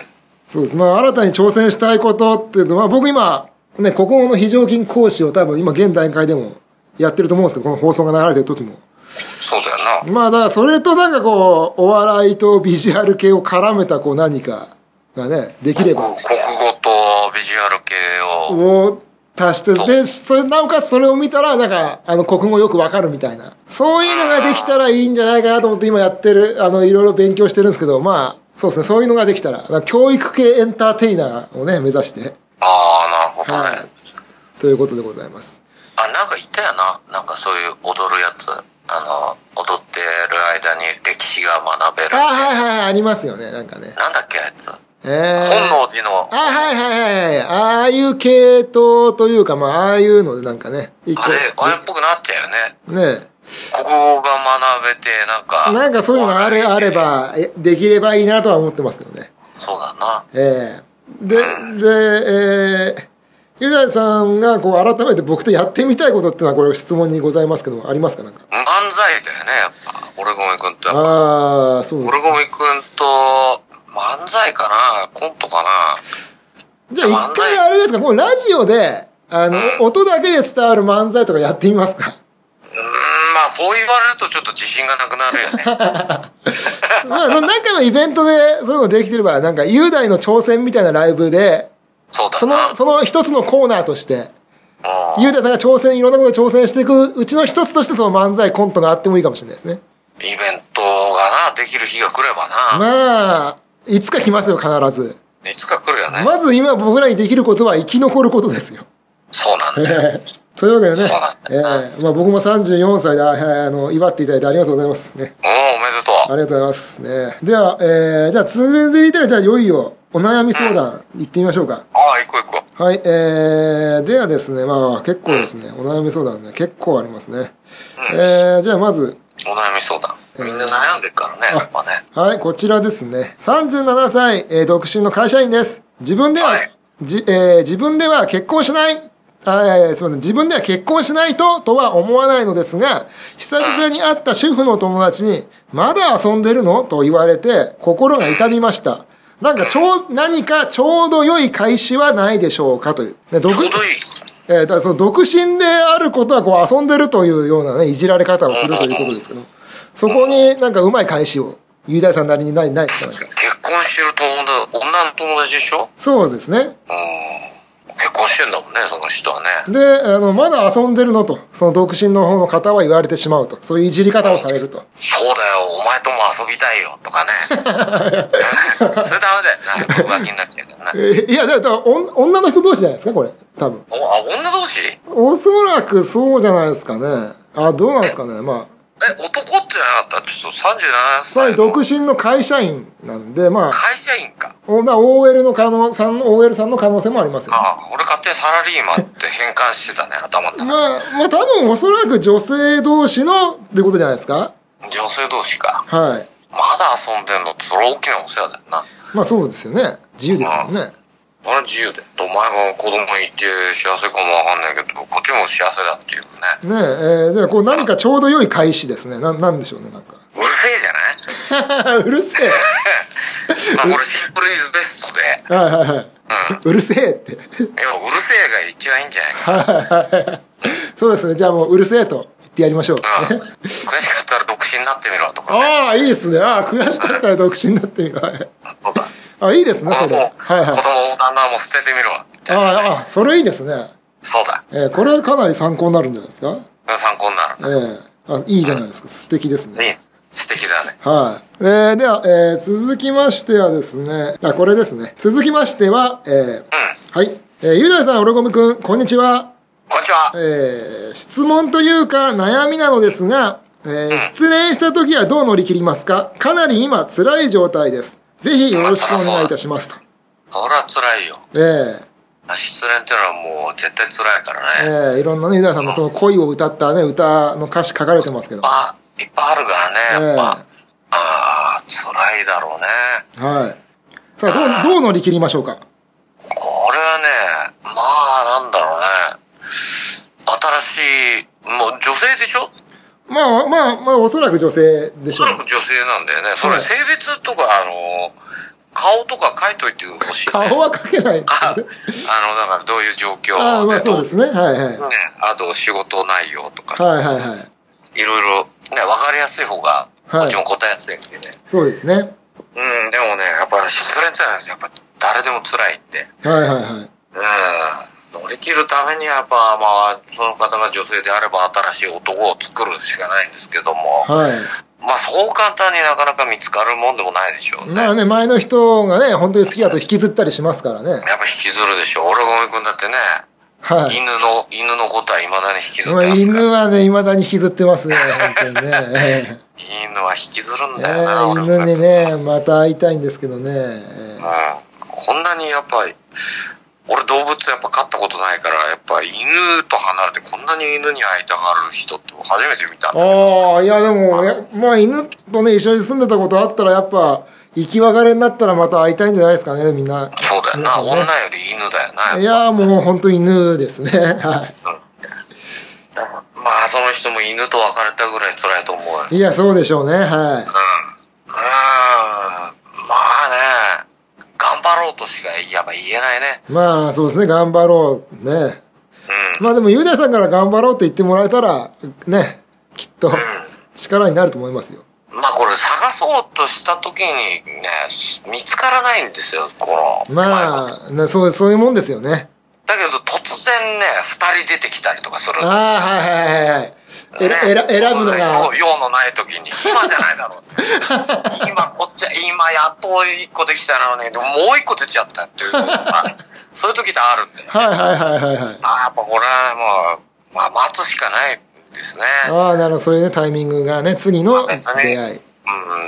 S3: そうです。まあ新たに挑戦したいことっていうのは、僕今、ね、国語の非常勤講師を多分今現段階でもやってると思うんですけど、この放送が流れてる時も。
S2: そうだよな。
S3: まあだからそれとなんかこう、お笑いとビジュアル系を絡めたこう何かがね、できれば。
S2: 国語とビジュアル系を。
S3: を足して、で、それ、なおかつそれを見たら、なんか、あの、国語よくわかるみたいな。そういうのができたらいいんじゃないかなと思って今やってる、あの、いろいろ勉強してるんですけど、まあ、そうですね、そういうのができたら、教育系エンターテイナーをね、目指して。
S2: ああ、なるほどね、
S3: はい。ということでございます。
S2: あ、なんか言ったよな。なんかそういう踊るやつ。あの、踊ってる間に歴史が学べる。
S3: あ、はいはいはい、ありますよね、なんかね。
S2: なんだっけ、あいつ。
S3: えー、
S2: 本能寺の。
S3: あ、はいはいはい。ああいう系統というか、まあ、ああいうのでなんかね。
S2: 一個あれ、あれっぽくなっちゃうよね。
S3: ね
S2: 国語が学べて、なんか。
S3: なんかそういうのがあれ、あれば、できればいいなとは思ってますけどね。
S2: そうだな。
S3: ええー、で、うん、で、えー、ゆだいさんがこう改めて僕とやってみたいことっていうのはこれ質問にございますけども、ありますかなんか。
S2: 漫才だよね、やっぱ。俺ごめくんと。
S3: ああ、そうです。
S2: 俺ごめくんと、漫才かなコントかな。
S3: じゃあ一回あれですか、もうラジオで、あの、うん、音だけで伝わる漫才とかやってみますか。
S2: うーん、まあそう言われるとちょっと自信がなくなるよね。
S3: まあ、なんかのイベントでそういうのできてれば、なんか雄大の挑戦みたいなライブで、
S2: そうだな。
S3: その、その一つのコーナーとして、雄大さんが挑戦、いろんなことに挑戦していくうちの一つとしてその漫才コントがあってもいいかもしれないですね。
S2: イベントがな、できる日が来ればな。
S3: まあ、いつか来ますよ、必ず。
S2: いつか来るよね。
S3: まず今僕らにできることは生き残ることですよ。
S2: そうなんだよ。
S3: というわけでね、えーまあ、僕もさんじゅうよんさいで、あの、祝っていただいてありがとうございますね。
S2: おお、おめでとう。
S3: ありがとうございますね。では、えー、じゃあ続いては、じゃあいよいよお悩み相談行ってみましょうか。
S2: ああ、行こう行こ
S3: う。はい、えー、ではですね、まあ結構ですね、お悩み相談ね、結構ありますね。うん、えー、じゃあまず、
S2: お悩み相談。みんな悩んでるからね、やっぱね。
S3: はい、こちらですね。さんじゅうななさい、えー、独身の会社員です。自分では、はい、じえー、自分では結婚しない、あ、すみません。自分では結婚しないと、とは思わないのですが、久々に会った主婦の友達に、まだ遊んでるのと言われて、心が痛みました。なんか、ちょう、何かちょうど良い開始はないでしょうかという。ね、
S2: ちょうどいい。
S3: えー、だからその独身であることは、こう、遊んでるというようなね、いじられ方をするということですけど、そこになんかうまい返しを、雄大さんなりにない、ないですかなんか。
S2: 結婚してる友達、女の友達でしょ。
S3: そうですね。
S2: うん。結婚してんだもんね、その人はね。
S3: で、あの、まだ遊んでるのと、その独身の方の方は言われてしまうと。そういういじり方をされると。
S2: そうだよ、お前とも遊びたいよ、とかね。それダメだよな、浮気になっちゃうからな。
S3: いや、だから女の人同士じゃないですか、これ。多分。
S2: おあ、女同士？
S3: おそらくそうじゃないですかね。あ、どうなんですかね、まあ。
S2: え、男ってじゃなかったちょっとさんじゅうななさい。
S3: 独身の会社員なんで、まあ。
S2: 会社員か。
S3: オーエル の可能さん、オーエル さんの可能性もありますよ、ね。
S2: ああ、俺勝手にサラリーマンって変換してたね、頭の中で。
S3: まあ、まあ多分おそらく女性同士のってことじゃないですか。
S2: 女性同士か。
S3: はい。
S2: まだ遊んでんのってそれ大きなお世話だよな。
S3: まあそうですよね。自由ですもんね。
S2: あれ自由で。お前が子供いて幸せかもわかんないけど、こっちも幸せだっていうね。
S3: ねえ、えー、じゃあこう何かちょうど良い返しですね。な、なんでしょうね、なんか。
S2: うるせえじゃない？
S3: うるせえ。
S2: まあこれシンプルイズベストで。
S3: はいはいはい。うん、うるせえって。いや、うる
S2: せえが一番いいんじゃないかな。
S3: はいはい。そうですね。じゃあもううるせえと言ってやりましょう。うん、
S2: 悔しかったら独身になってみろとか、
S3: ね。ああ、いいですね。ああ、悔しかったら独身になってみろ。
S2: そうだ。
S3: あ、いいですね、それ。はいはい。
S2: 子供も旦那も捨ててみろ。
S3: ああ、それいいですね。
S2: そうだ。
S3: えー、これはかなり参考になるんじゃないですか。
S2: 参考になる。
S3: ええー、あ、いいじゃないですか。うん、素敵ですね。
S2: いい。素敵だね。
S3: はい。えー、では、えー、続きましてはですね、あ、これですね。続きましては、えー、うん、はい。えー、ゆうだいさん、おろごみくん、こんにちは。
S2: こんにちは。
S3: えー、質問というか悩みなのですが、えーうん、失恋した時はどう乗り切りますか？かなり今辛い状態です。ぜひよろしくお願いいたしますと。
S2: そりゃ辛いよ。
S3: ええー。
S2: 失恋っていうのはもう絶対辛いからね。
S3: ええー、いろんなね、ゆうだいさんもその恋を歌ったね、歌の歌詞書かれてますけど。
S2: あ、いっぱいあるからね、やっぱ。えーああ、辛いだろうね。
S3: はい。さあ、どう、どう乗り切りましょうか？
S2: これはね、まあ、なんだろうね。新しい、もう女性でしょ？
S3: まあまあまあ、おそらく女性でしょう。
S2: おそらく女性なんだよね。それ、性別とか、あの、顔とか書いといてほしい、ね。
S3: 顔は書けないです
S2: あ、あの、だからどういう状況で。
S3: あまあそうですね。はいはい。ね、
S2: あと仕事内容とかさ。
S3: はいはいはい。
S2: いろいろ、ね、わかりやすい方が、こっちも答えやすいんでね。
S3: そうですね。うん、
S2: でもね、やっぱ失恋じゃないですよ。やっぱ誰でも辛いって。
S3: はいはいはい。
S2: うん。乗り切るためにはやっぱ、まあ、その方が女性であれば新しい男を作るしかないんですけども。はい。まあ、そう簡単になかなか見つかるもんでもないでしょうね。
S3: まあね、前の人がね、本当に好きだと引きずったりしますからね。やっ
S2: ぱ引きずるでしょ。俺ごめくんだってね。はい。犬の、犬のことは未だに引きずってますから。
S3: 犬はね、未だに引きずってますね、本当にね。
S2: 犬は引きずるんだよな、
S3: えー、犬にね、また会いたいんですけどね。
S2: うん。こんなにやっぱり、俺動物やっぱ飼ったことないから、やっぱ犬と離れてこんなに犬に会いたがる人って初めて見たんだけど。
S3: ああ、いやでも、まあ犬とね、一緒に住んでたことあったらやっぱ、生き別れになったらまた会いたいんじゃないですかね、みんな。
S2: そうだよな、ね、女より犬だよな。
S3: いやもう本当犬ですね。はい。うん、
S2: まあその人も犬と別れたぐらい辛いと思うよ。
S3: いや、そうでしょうね、はい。うん。うん。ま
S2: あね。頑張ろうとしかやっぱ言えないね。
S3: まあそうですね、頑張ろうね。うん、まあでも雄大さんから頑張ろうと言ってもらえたらね、きっと力になると思いますよ。
S2: うん、まあこれ探そうとした時にね、見つからないんですよ、この。
S3: まあ、ね、そうそういうもんですよね。
S2: だけど突然ね、二人出てきたりとかする。
S3: ああ、はいはいはいはい。えら、えら、選ぶのが。
S2: 用のない時に、今じゃないだろうって。今こっち、今やっと一個できたのに、でももう一個出ちゃったっていうさ、そういう時ってあるんだよ、ね。
S3: はいはいはいはいはい。
S2: ああ、やっぱこれはもう、まあ待つしかないですね。
S3: ああ、なるほど、そういうね、タイミングがね、次の出会い。
S2: うん、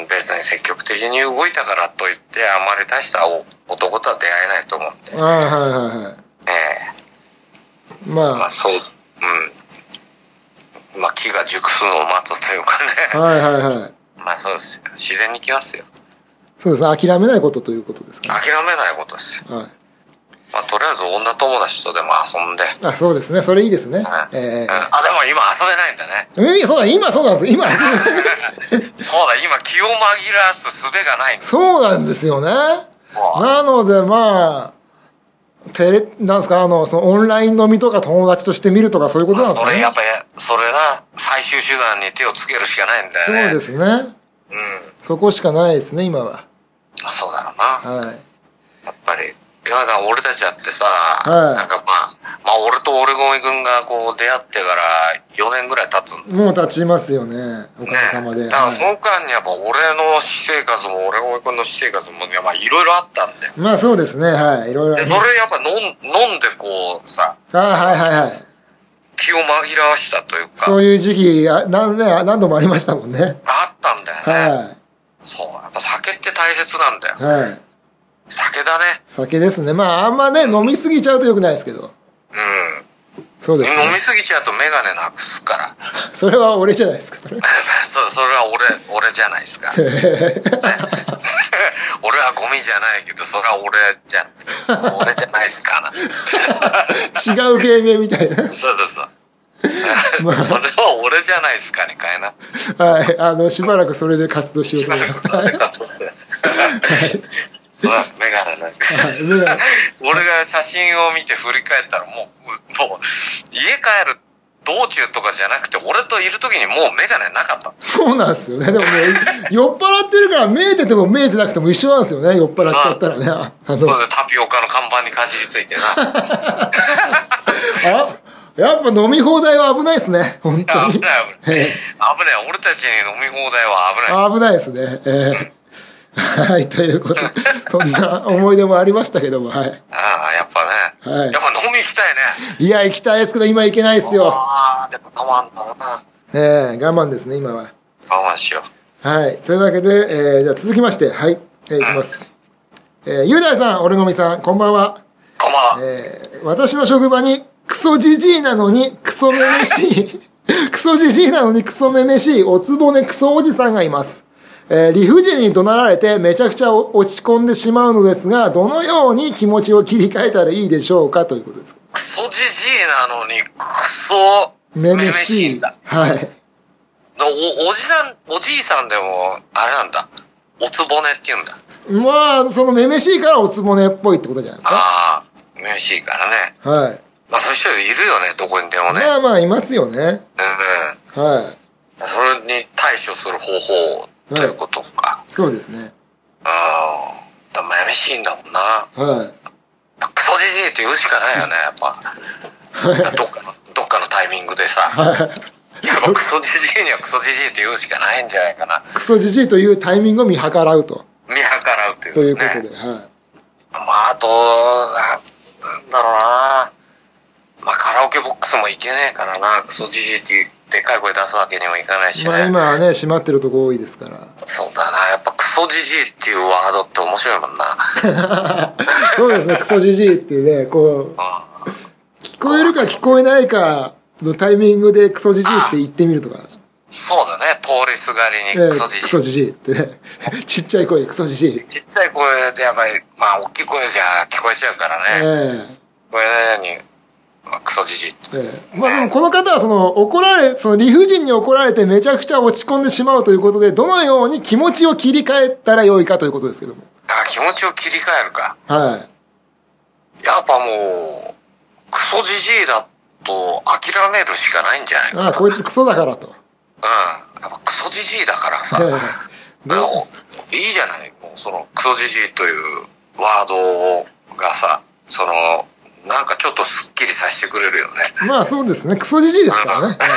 S2: 別に積極的に動いたからといって、あまり大した男とは出会えないと思うんで。
S3: ああ、はいはいはい。ええー。まあ。
S2: まあそう、うん。まあ木が熟すのを待つというかね。
S3: はいはいはい。
S2: まあそうです。自然に来ますよ。
S3: そうですね。諦めないことということですかね。
S2: 諦めないことですよ。はい。まあとりあえず女友達とでも遊んで。
S3: あ、そうですね。それいいですね。うん、
S2: えー、あ、でも今遊べないんだね。
S3: え、そうだ、今そうなんです。今遊べない。
S2: そうだ、今気を紛らわす術がないんです。
S3: そうなんですよね。なのでまあ、テレ、なんですか、あの、そのオンライン飲みとか友達として見るとかそういうことなんですかね。
S2: それやっぱり、それが最終手段に手をつけるしかないんだよね。
S3: そうですね。うん。そこしかないですね、今は。
S2: そうだろうな。はい。やっぱり、いや、だから俺たちだってさ、はい、なんかまあ、まあ俺とオレゴン君がこう出会ってからよねんぐらい経つん
S3: もう経ちますよね、おかげさまで。
S2: ね、だからその間にやっぱ俺の私生活もオレゴン君の私生活もね、まあいろいろあったんだよ。
S3: まあそうですね、はい、いろいろ。
S2: で、それやっぱ飲ん、飲んでこうさ、
S3: あはいはいはい。
S2: 気を紛らわしたというか。
S3: そういう時期、何, ね、何度もありましたもんね。
S2: あったんだよね。はい。そう、やっぱ酒って大切なんだよ。はい。酒だね。
S3: 酒ですね。まああんまね、飲みすぎちゃうとよくないですけど。うん。そうですね。
S2: 飲みすぎちゃうとメガネなくすから。
S3: それは俺じゃないですか。
S2: そう、それは俺、俺じゃないですか。俺はゴミじゃないけど、それは俺じゃ、俺じゃないですかな。
S3: 違う芸名みたいな。
S2: そうそうそう。まあ、それは俺じゃないですかね、かいな。
S3: はい、あの、しばらくそれで活動しようと思います。しばらく活動して。はい。
S2: メガネなんか俺が写真を見て振り返ったらもう、もう、家帰る道中とかじゃなくて、俺といる時にもうメガネなかった。
S3: そうなんですよね。でもね、酔っ払ってるから見えてても見えてなくても一緒なんですよね、酔っ払っちゃったらね。あ
S2: そうで、タピオカの看板にかじりついてな。
S3: あやっぱ飲み放題は危ないですね、本当に。
S2: 危ない危ない。危ない。俺たちに飲み放題は危ない。
S3: 危ないですね。えーはい、ということで、そんな思い出もありましたけども、はい。
S2: ああ、やっぱね。はい。やっぱ飲み行きたいね。
S3: いや、行きたいですけど、今行けないですよ。
S2: ああ、でも我慢だな。
S3: ええー、我慢ですね、今は。
S2: 我慢しよ
S3: う。はい。というわけで、えー、じゃあ続きまして、はい、えー、いきます。うん、えー、雄大さん、俺ごみさん、こんばんは。
S2: こんばんは。
S3: えー、私の職場に、クソじじいなのに、クソめめしい、クソじじいなのにクソめめしい、おつぼねクソおじさんがいます。 えー、理不尽に怒鳴られてめちゃくちゃ落ち込んでしまうのですが、どのように気持ちを切り替えたらいいでしょうかということです。
S2: クソじじいなのに、クソ、めめしいんだ。
S3: はい。
S2: お、おじさん、おじいさんでも、あれなんだ。おつぼねって言うんだ。
S3: まあ、そのめめしいからおつぼねっぽいってことじゃないですか。
S2: ああ、めめしいからね。
S3: はい。
S2: まあ、そういう人いるよね、どこにでもね。
S3: まあまあ、いますよね。
S2: うん。
S3: はい。
S2: それに対処する方法ということか。
S3: はい、そうですね。
S2: ああ、だめめしいんだもんな。
S3: はい。
S2: クソじじいって言うしかないよね、やっぱ。はい。どっかの、どっかのタイミングでさ。はい。やっぱクソじじいにはクソじじいって言うしかないんじゃないかな。
S3: クソじじいというタイミングを見計らうと。
S2: 見計らうという、ね。
S3: ということで、はい。
S2: まあ、あと、なんだろうな。まあ、カラオケボックスもいけねえからな。クソじじいってでかい声出すわけにもいかないしね。
S3: まあ今はね、閉まってるとこ多いですから。
S2: そうだな。やっぱクソじじいっていうワードって面白いもんな。
S3: そうですね、クソじじいっていうね、こう、聞こえるか聞こえないかのタイミングでクソじじいって言ってみるとか。
S2: そうだね、通りすがりにクソじじい。
S3: クソじじいってね。ちっちゃい声でクソじじい。
S2: ちっちゃい声でやっぱり、まあ大きい声じゃ聞こえちゃうからね。ええー。これ何クソじじいって。
S3: ええ。まあでもこの方はその怒られ、その理不尽に怒られてめちゃくちゃ落ち込んでしまうということで、どのように気持ちを切り替えたらよいかということですけども。
S2: あ、気持ちを切り替えるか。
S3: はい。
S2: やっぱもう、クソじじいだと諦めるしかないんじゃないかな。
S3: ああ、こいつクソだからと。
S2: うん。やっぱクソじじいだからさ。いいじゃない。もうそのクソじじいというワードがさ、その、なんかちょっとスッキリさせてくれるよね。
S3: まあそうですね。クソじじいですからね。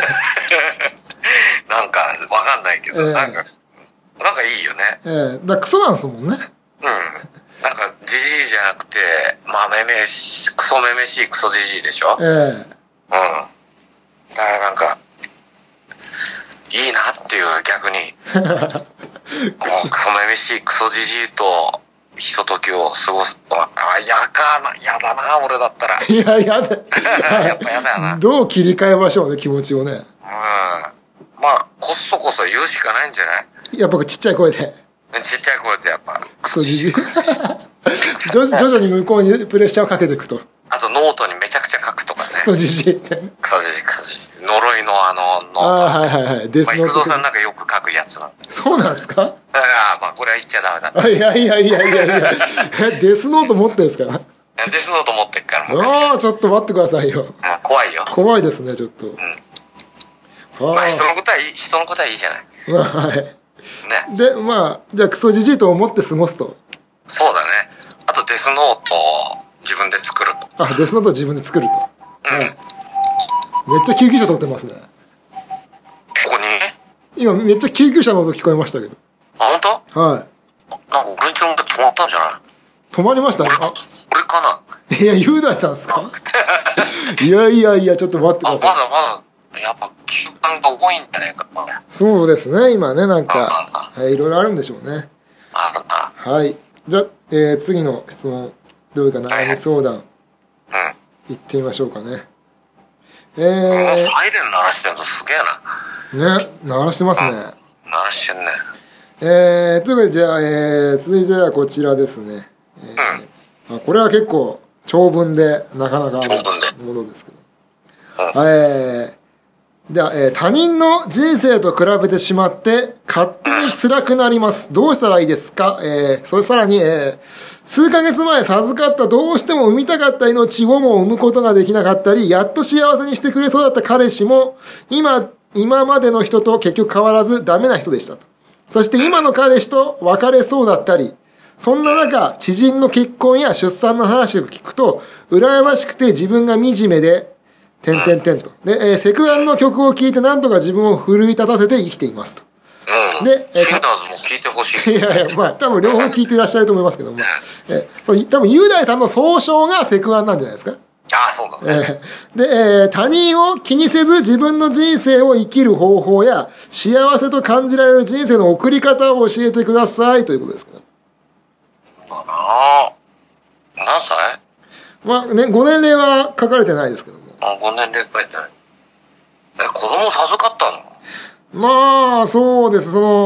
S2: なんかわかんないけど、えー、なんか、なんかいいよね。
S3: ええー、だからクソなんですもんね。
S2: うん。なんかじじいじゃなくて、まあめめし、クソめめしいクソじじいでしょ。ええー。うん。だからなんか、いいなっていう、逆に。もうクソめめしいクソじじいと、ひとときを過ごす。あ、やかな、やだな、俺だったら。
S3: いや、やだ。
S2: やっぱやだよな。
S3: どう切り替えましょうね、気持ちをね。うん。
S2: まあ、こっそこそ言うしかないんじゃない？
S3: やっぱちっちゃい声で。
S2: ちっちゃい声でやっぱ。
S3: クソじじい。徐々に向こうにプレッシャーをかけていくと。
S2: あとノートにめちゃくちゃ書くとかね。
S3: クソじじいって。
S2: クソじじい、クソじじい。呪いのあの、ノート。
S3: ああ、はいはいはい。
S2: デスノート。まあ、育三さんなんかよく書くやつなんで。
S3: そうなんですか？あ
S2: あ、まあ、これは言っちゃダメだ。
S3: いやいやいやいやいや。デスノート持ってるんですか？
S2: デスノート持ってっから。
S3: ああ、ちょっと待ってくださいよ。
S2: 怖いよ。
S3: 怖いですね、ちょっと。うん。
S2: まあ、人のことはいい、人のことはいいじゃない。
S3: まあ、はい。
S2: ね。
S3: で、まあ、じゃあクソじじいと思って過ごすと。
S2: そうだね。あとデスノートを自分で作ると。
S3: あ、デスノートを自分で作ると。
S2: うん。
S3: はい、めっちゃ救急車通ってますね。
S2: ここに？
S3: 今めっちゃ救急車の音聞こえましたけど。
S2: あ、本当？
S3: はい。
S2: なんか俺んちので止まったんじゃない？
S3: 止まりましたね。
S2: 俺、俺かな？
S3: いや、雄大さんですか？いやいやいや、ちょっと待ってください。
S2: あ、まだまだ、やっぱ休館が多いんじゃないかな。
S3: そうですね、今ね、なんか、はい、いろいろあるんでしょうね。
S2: あるな。
S3: はい。じゃあ、えー、次の質問、どういうか悩み相談、
S2: はいはい、うん。
S3: 行ってみましょうかね。えー、
S2: もうサイレン鳴らしてるのすげえ
S3: な。ね、鳴らしてますね。鳴
S2: らしてんね。
S3: えー、ということで、じゃあ、えー、続いてはこちらですね。えー、うん。これは結構、長文で、なかなかあるものですけど。うん、えー、では、えー、他人の人生と比べてしまって、勝手に辛くなります。どうしたらいいですか？えー、それさらに、えー、数ヶ月前授かったどうしても産みたかった命をも産むことができなかったり、やっと幸せにしてくれそうだった彼氏も、今、今までの人と結局変わらずダメな人でしたと。そして今の彼氏と別れそうだったり、そんな中、知人の結婚や出産の話を聞くと、羨ましくて自分が惨めで、てんてんてんと。で、えー、セクハラの曲を聴いて何とか自分を奮い立たせて生きていますと。
S2: うん、で、えー、シンダーズも聴いてほしい。
S3: いやいや、まあ、多分両方聴いていらっしゃると思いますけども。えー、多分、雄大さんの総称がセクハラなんじゃないですか。
S2: ああ、そうだね。
S3: えー、で、えー、他人を気にせず自分の人生を生きる方法や、幸せと感じられる人生の送り方を教えてくださいということですけど。
S2: だな何歳？
S3: まあね、ご年齢は書かれてないですけども。
S2: あ、ご年齢書いてない。え、子供授かったの？
S3: まあ、そうです。その、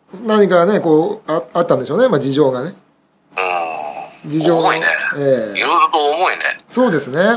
S3: 何かね、こう、あ, あったんでしょうね。まあ事情がね。
S2: うん。
S3: 事情が。
S2: 重いね。ええー。いろいろと重いね。
S3: そうですね。うん。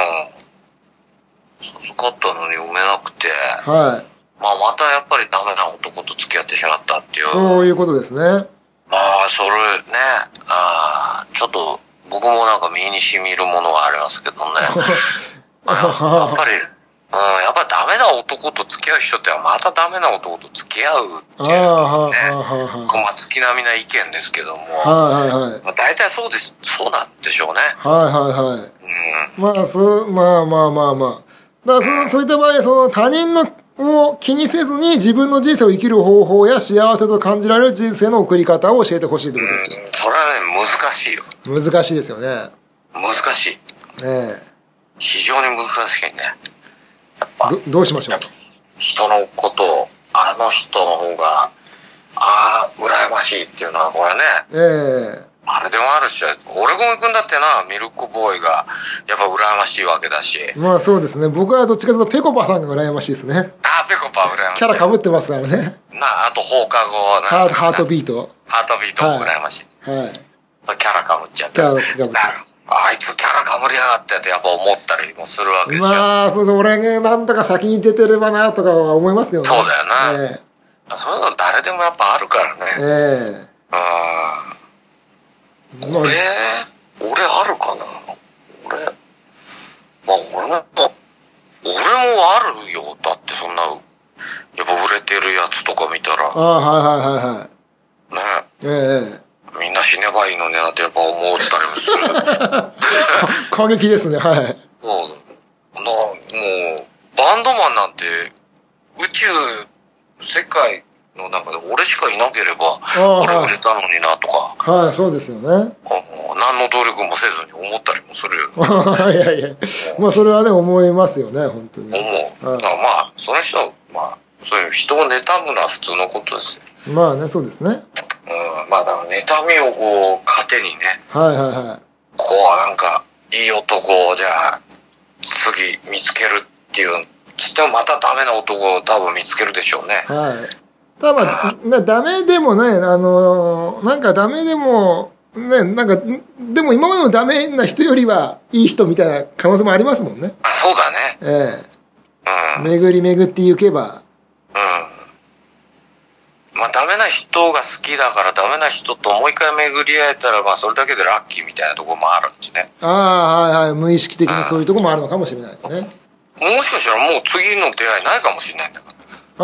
S2: 授かったのに産めなくて。
S3: はい。
S2: まあまたやっぱりダメな男と付き合ってしまったっていう。
S3: そういうことですね。
S2: まあ、それね、あちょっと僕もなんか身に染みるものがありますけどね。やっぱり、うん、やっぱりダメな男と付き合う人ってまたダメな男と付き合うっていうね、まあ月並みな意見ですけども、はいはいはい、まあ、大体そうです、そうなんでしょうね。
S3: はいはいはい。うん、まあそう、まあまあまあまあ。だからその、うん、そういった場合、その他人のを気にせずに自分の人生を生きる方法や幸せと感じられる人生の送り方を教えてほしいということですよ。
S2: うん、それはね、難しいよ。
S3: 難しいですよね。
S2: 難しい。
S3: ねえ。
S2: 非常に難しいね。やっぱ
S3: ど, どうしましょう。
S2: 人のことを、あの人の方が、ああ、羨ましいっていうのはこれね。ええー。あれでもあるし、俺ゴミ君だってな、ミルクボーイが、やっぱ羨ましいわけだし。
S3: まあそうですね。僕はどっちかというと、ペコパさんが羨ましいですね。
S2: ああ、ペコパ羨ましい。
S3: キャラ被ってますからね。
S2: なあ、あと放課後
S3: ハート、ハートビート。
S2: ハートビートも羨ましい。はい。はい、キャラ被っちゃって。キャラ被っちゃう。あいつキャラ被りやがってってやっぱ思ったりもするわけですよ。
S3: まあ、そうそう、俺がなんとか先に出てればなとかは思いますけどね。
S2: そうだよな。ええー。そういうの誰でもやっぱあるからね。ええー。ああ。俺、俺あるかな俺、まあ俺も、俺もあるよ。だってそんな、やっぱ売れてるやつとか見たら。あ
S3: あ、はいはいはいはい。
S2: ね
S3: ええー。
S2: みんな死ねばいいのになってやっぱ思ったりもする。
S3: 過激ですね、はい。
S2: そう。な、もう、バンドマンなんて、宇宙、世界の中で俺しかいなければ、俺売れたのになとか。
S3: はい、そうですよね。
S2: 何の努力もせずに思ったりもするよ。
S3: いやいや、まあそれはね、思いますよね、本当に。
S2: 思う。だからまあ、その人は、まあ、そういう人を妬むのは普通のことですよ。
S3: まあね、そうですね。
S2: うん、まあだから妬みをこう糧にね、
S3: はいはいはい、
S2: こうなんかいい男をじゃあ次見つけるっていうつってもまたダメな男を多分見つけるでしょうね。
S3: はい。ただまあ、うん、ダメでもね、あのなんかダメでもね、なんかでも今までのダメな人よりはいい人みたいな可能性もありますもんね。
S2: あ、そうだね。
S3: ええ、うん、巡り巡っていけば。
S2: うん。まあダメな人が好きだからダメな人ともう一回巡り会えたらまあそれだけでラッキーみたいなところもあるんですね。
S3: ああ、はいはい。無意識的にそういうところもあるのかもしれないですね。
S2: うん、もしかしたらもう次の出会いないかもしれないんだから。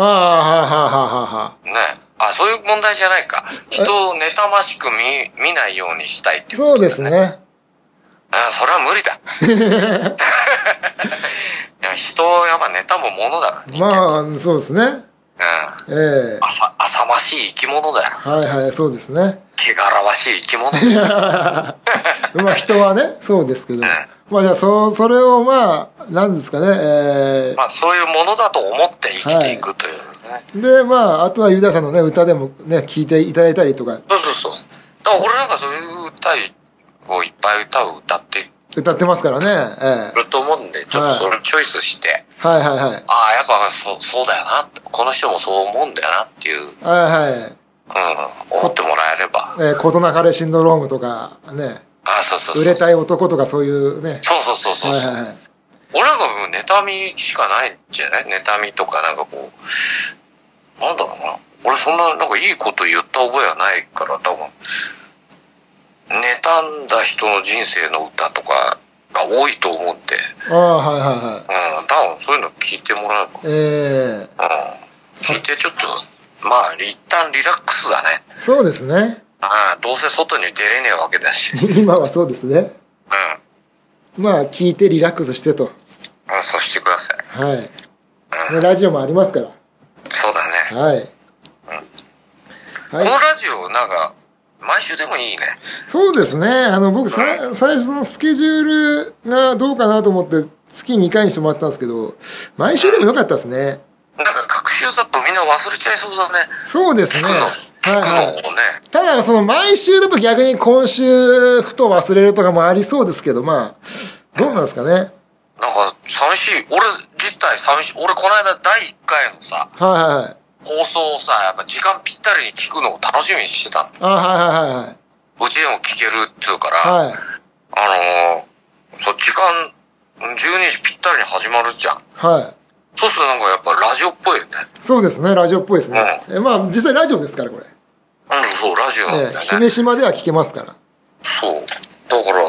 S3: ああ、はあはあはあは
S2: あ。ね。あ、そういう問題じゃないか。人を妬ましく見、見ないようにしたいっていうことだね。そうですね。あ、それは無理だ。いや、人をやっぱ妬むものだから。
S3: まあ、そうですね。
S2: うん、ええー、あさ、浅ましい生き物だよ。
S3: はいはい、そうですね。
S2: 汚らわしい生き物だ
S3: よ。まあ人はね、そうですけど。うん、まあじゃあ、そ、それをまあ、なんですかね、え
S2: ー、まあそういうものだと思って生きていくというね。はい、
S3: で、まあ、あとはユダさんのね、歌でもね、聴いていただいたりとか。
S2: そうそうそう。だから俺なんかそういう歌をいっぱい歌を歌って、
S3: 歌ってますからね。
S2: ええ。ると思うんで、ちょっとそれチョイスして。
S3: はいはいはい。
S2: ああ、やっぱそう、そうだよな。この人もそう思うんだよなっていう。
S3: はいはい。
S2: うん。思ってもらえれば。
S3: ええ、事なかれシンドロームとか、ね。
S2: ああ、そうそうそう。
S3: 売れたい男とかそういうね。
S2: そうそうそうそう。はいはいはい。俺なんかもう妬みしかないんじゃない？妬みとかなんかこう、なんだろうな。俺そんななんかいいこと言った覚えはないから多分。妬んだ人の人生の歌とかが多いと思って。
S3: ああ、はいはいはい。
S2: うん、多分そういうの聞いてもらえば。ええー。うん。聞いてちょっと、まあ、一旦リラックスだね。
S3: そうですね。
S2: ああ、どうせ外に出れねえわけだし。
S3: 今はそうですね。
S2: うん。
S3: まあ、聞いてリラックスしてと。
S2: うん、そうしてください。
S3: はい。うん、ね、ラジオもありますから。
S2: そうだね。
S3: はい。うん。はい、
S2: このラジオ、なんか、毎週でもいいね。そう
S3: ですね。あの、僕さ、うん、最初のスケジュールがどうかなと思って月にかいにしてもらったんですけど、毎週でもよかったですね。うん、
S2: なんか隔週だとみんな忘れちゃいそうだね。
S3: そうですね。
S2: 聞くのをね。はいはい、
S3: ただ、その毎週だと逆に今週ふと忘れるとかもありそうですけど、まあ、どうなんですかね。うん、なんか
S2: 寂しい。俺自体寂しい。俺この間だいいっかいのさ、
S3: はいはい。
S2: 放送をさ、やっぱ時間ぴったりに聞くのを楽しみにしてたの。
S3: あ、はいはいはいはい。
S2: うちでも聞けるっていうから、
S3: はい。
S2: あのー、そう、時間、じゅうにじぴったりに始まるじゃん。
S3: はい。
S2: そうするとなんかやっぱラジオっぽいよね。
S3: そうですね、ラジオっぽいですね。うん、えまあ、実際ラジオですから、これ。
S2: うん、そう、ラジオなんだよね。
S3: 姫島では聞けますから。
S2: そう。だから、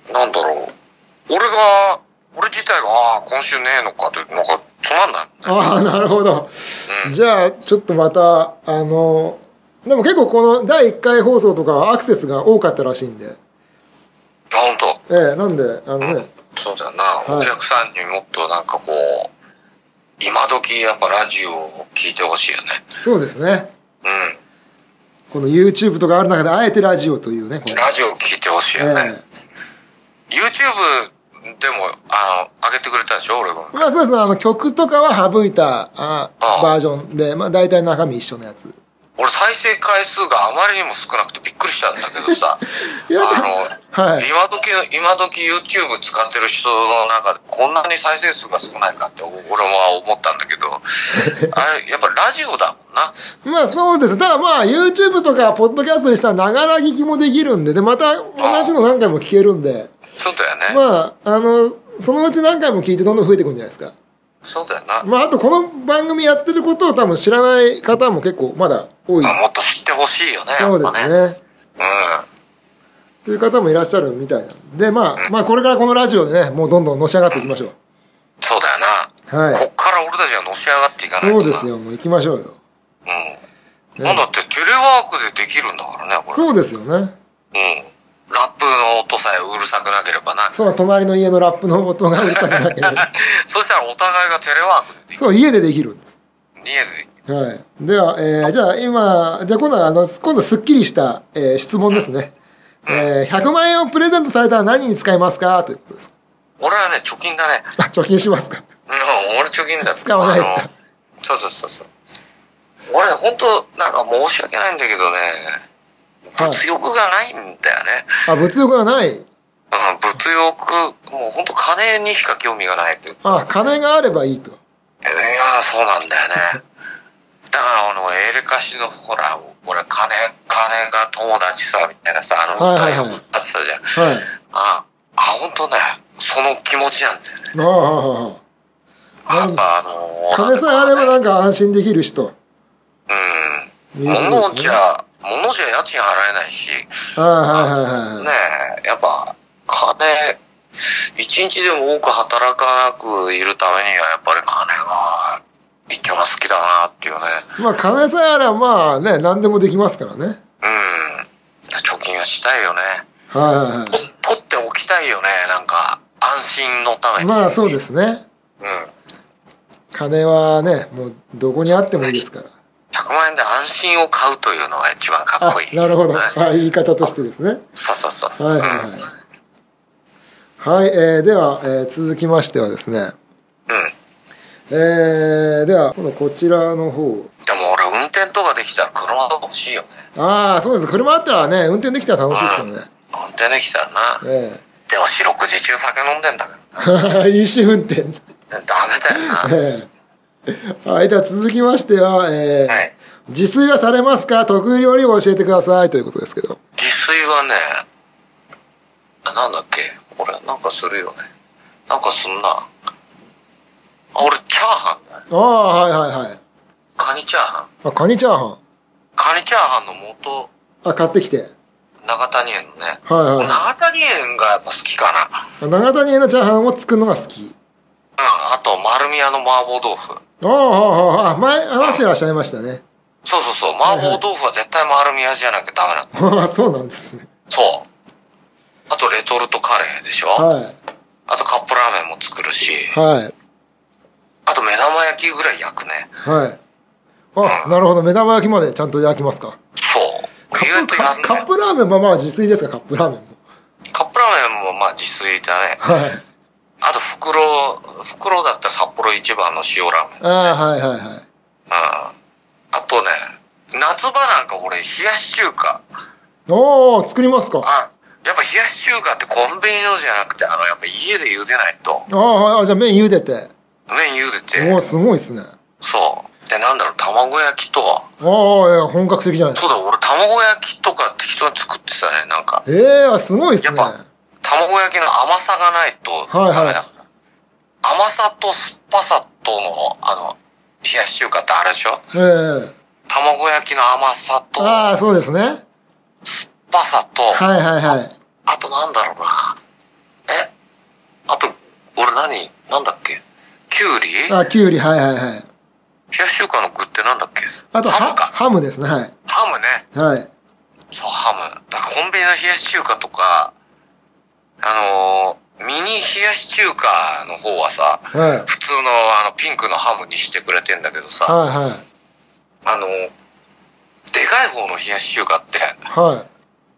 S2: なんだろう。俺が、俺自体が、ああ、今週ねえのかって、なんか、つまんない、ね。
S3: ああ、なるほど。うん、じゃあ、ちょっとまた、あの、でも結構このだいいっかい放送とかはアクセスが多かったらしいんで。あ、
S2: 本当。
S3: ええ、なんで、あのね。うん、
S2: そうだよな、はい。お客さんにもっとなんかこう、今時やっぱラジオを聞いてほしいよね。
S3: そうですね。
S2: うん。
S3: この YouTube とかある中であえてラジオというね。
S2: ラジオを聞いてほしいよね。えー、YouTube でも、あの、上げてくれたでしょ俺が。
S3: まあそうですね。あの曲とかは省いたああバージョンで、まあ大体中身一緒のやつ。
S2: 俺再生回数があまりにも少なくてびっくりしたんだけどさ。あの、はい、今時の、今時 YouTube 使ってる人の中でこんなに再生数が少ないかって俺は思ったんだけど、あれ、やっぱラジオだもんな。
S3: まあそうです。ただまあ YouTube とかポッドキャストにしたらながら聞きもできるんで、で、また同じの何回も聞けるんで。
S2: そうだよね。
S3: まあ、あの、そのうち何回も聞いてどんどん増えていくんじゃないですか。
S2: そうだよな。
S3: まあ、あとこの番組やってることを多分知らない方も結構まだ多い。
S2: あ、もっと知ってほしいよね。
S3: そうですね。ね、うん。という方もいらっしゃるみたいなんで、まあ、うん、まあこれからこのラジオでね、もうどんどんのし上がっていきましょう。うん、
S2: そうだよな。はい。こっから俺たちがのし上がっていかないとな。
S3: そうですよ、もう行きましょうよ。
S2: うん。ね、なんだってテレワークでできるんだからね、これ。
S3: そうですよね。うん。
S2: ラップの音さえうるさくなければな。
S3: そう、隣の家のラップの音がうるさくなければ。
S2: そしたらお互いがテレワークでできる。
S3: そう、家でできるんです。
S2: 家ででき
S3: る。はい。では、えー、じゃあ今、じゃあ今度はあの、今度すっきりした、えー、質問ですね。うん、えー、ひゃくまん円をプレゼントされたら何に使いますかということです。
S2: 俺はね、貯金だね。
S3: あ、貯金しますか。
S2: うん、俺貯金だ。
S3: 使わないですか。
S2: そうそうそうそう。俺、本当なんか申し訳ないんだけどね、物欲がないんだよね。
S3: あ、物欲がない。うん、
S2: 物欲、もう本当金にしか興味がないというか。
S3: あ、金があればいいと。い
S2: や、そうなんだよね。だからあの、エレカシのほら、俺金、金が友達さ、みたいなさ、あの歌よく歌ってたじゃん。はい。あ、あ、本当ね、その気持ちなんだよね。ああ、ああ。やっぱあのー、
S3: 金さえあればなんか安心できる人。
S2: うん。物じゃ、物じゃ家賃払えないし。
S3: ああ、はいはいはい。
S2: ねえ、やっぱ、金、一日でも多く働かなくいるためには、やっぱり金が、一番好きだなっていうね。
S3: まあ、金さえあれば、まあね、何でもできますからね。うん。
S2: 貯金はしたいよね。
S3: はいはいはい。
S2: 取っておきたいよね、なんか、安心のために。
S3: まあ、そうですね。うん。金はね、もう、どこにあってもいいですから。
S2: ひゃくまん円で安心を買うというのが一番かっこいい。
S3: なるほど。はい、言い方としてですね。
S2: そうそうそう。
S3: はいはいはい。うん、はい、えー、では、えー、続きましてはですね。うん。えー、では、今度こちらの方。
S2: でも俺、運転とかできたら車とか欲しいよね。
S3: ああ、そうです。車あったらね、運転できたら楽しいですよね。
S2: うん、運転できたらな。ええー。でも四六時中酒飲んでんだか
S3: らな。飲酒運転。ダメ
S2: だよな。え
S3: えー。はい、では続きましては、えー、はい、自炊はされますか？得意料理を教えてくださいということですけど。
S2: 自炊はね、なんだっけ、俺なんかするよね。なんかすんな。あ、俺チャーハンだよ。
S3: ああ、はいはいはい。
S2: カニチャーハン。
S3: あ、カニチャーハン。
S2: カニチャーハンの素。
S3: あ、買ってきて。
S2: 長谷園のね。
S3: はいはい。
S2: 長谷園がやっぱ好きか
S3: な。長谷園のチャーハンを作るのが好き。うん、
S2: あと丸宮の麻婆豆腐。
S3: ああ、ああ、前話してらっしゃいましたね。
S2: そうそうそう。麻婆豆腐は絶対丸宮じゃなきゃダメな
S3: の。ああ、そうなんですね。
S2: そう。あとレトルトカレーでしょ。はい。あとカップラーメンも作るし。はい。あと目玉焼きぐらい焼くね。
S3: はい。あ、うん、なるほど。目玉焼きまでちゃんと焼きますか。
S2: そう。
S3: カップ、ね、カップラーメンもまあ自炊ですか、カップラーメンも。
S2: カップラーメンもまあ自炊だね。はい。あと袋、袋だったら札幌一番の塩ラーメン、ね。
S3: ああ、はいはいはい。うん。
S2: あとね、夏場なんか俺冷やし中華。
S3: おー、作りますか。
S2: あ、やっぱ冷やし中華ってコンビニのじゃなくて、あの、やっぱ家で茹でないと。
S3: ああ、じゃあ麺茹でて。
S2: 麺茹でて。
S3: おー、すごいっすね。
S2: そう。 で、なんだろう、卵焼きと、
S3: ああ、いや、本格的じゃないですか。
S2: そうだ、俺卵焼きとか適当に作ってたね、なんか。
S3: ええー、すごいっすね。
S2: やっぱ、卵焼きの甘さがないとダメだ。はいはい、甘さと酸っぱさとの、あの、冷やし中華ってあるでしょ。ええー。卵焼きの甘さと、
S3: ああ、そうですね。
S2: 酸っぱさと、
S3: はいはいはい。
S2: あ, あとなんだろうな。えあと、俺何なんだっけキュウリ
S3: あ、キュウリ、はいはいはい。
S2: 冷やし中華の具ってなんだっけ
S3: あと、ハムか。ハムですね、はい。
S2: ハムね。
S3: はい。
S2: そう、ハム。だからコンビニの冷やし中華とか、あのー、ミニ冷やし中華の方はさ、はい、普通のあのピンクのハムにしてくれてんだけどさ、はいはい、あのー、でかい方の冷やし中華って、はい、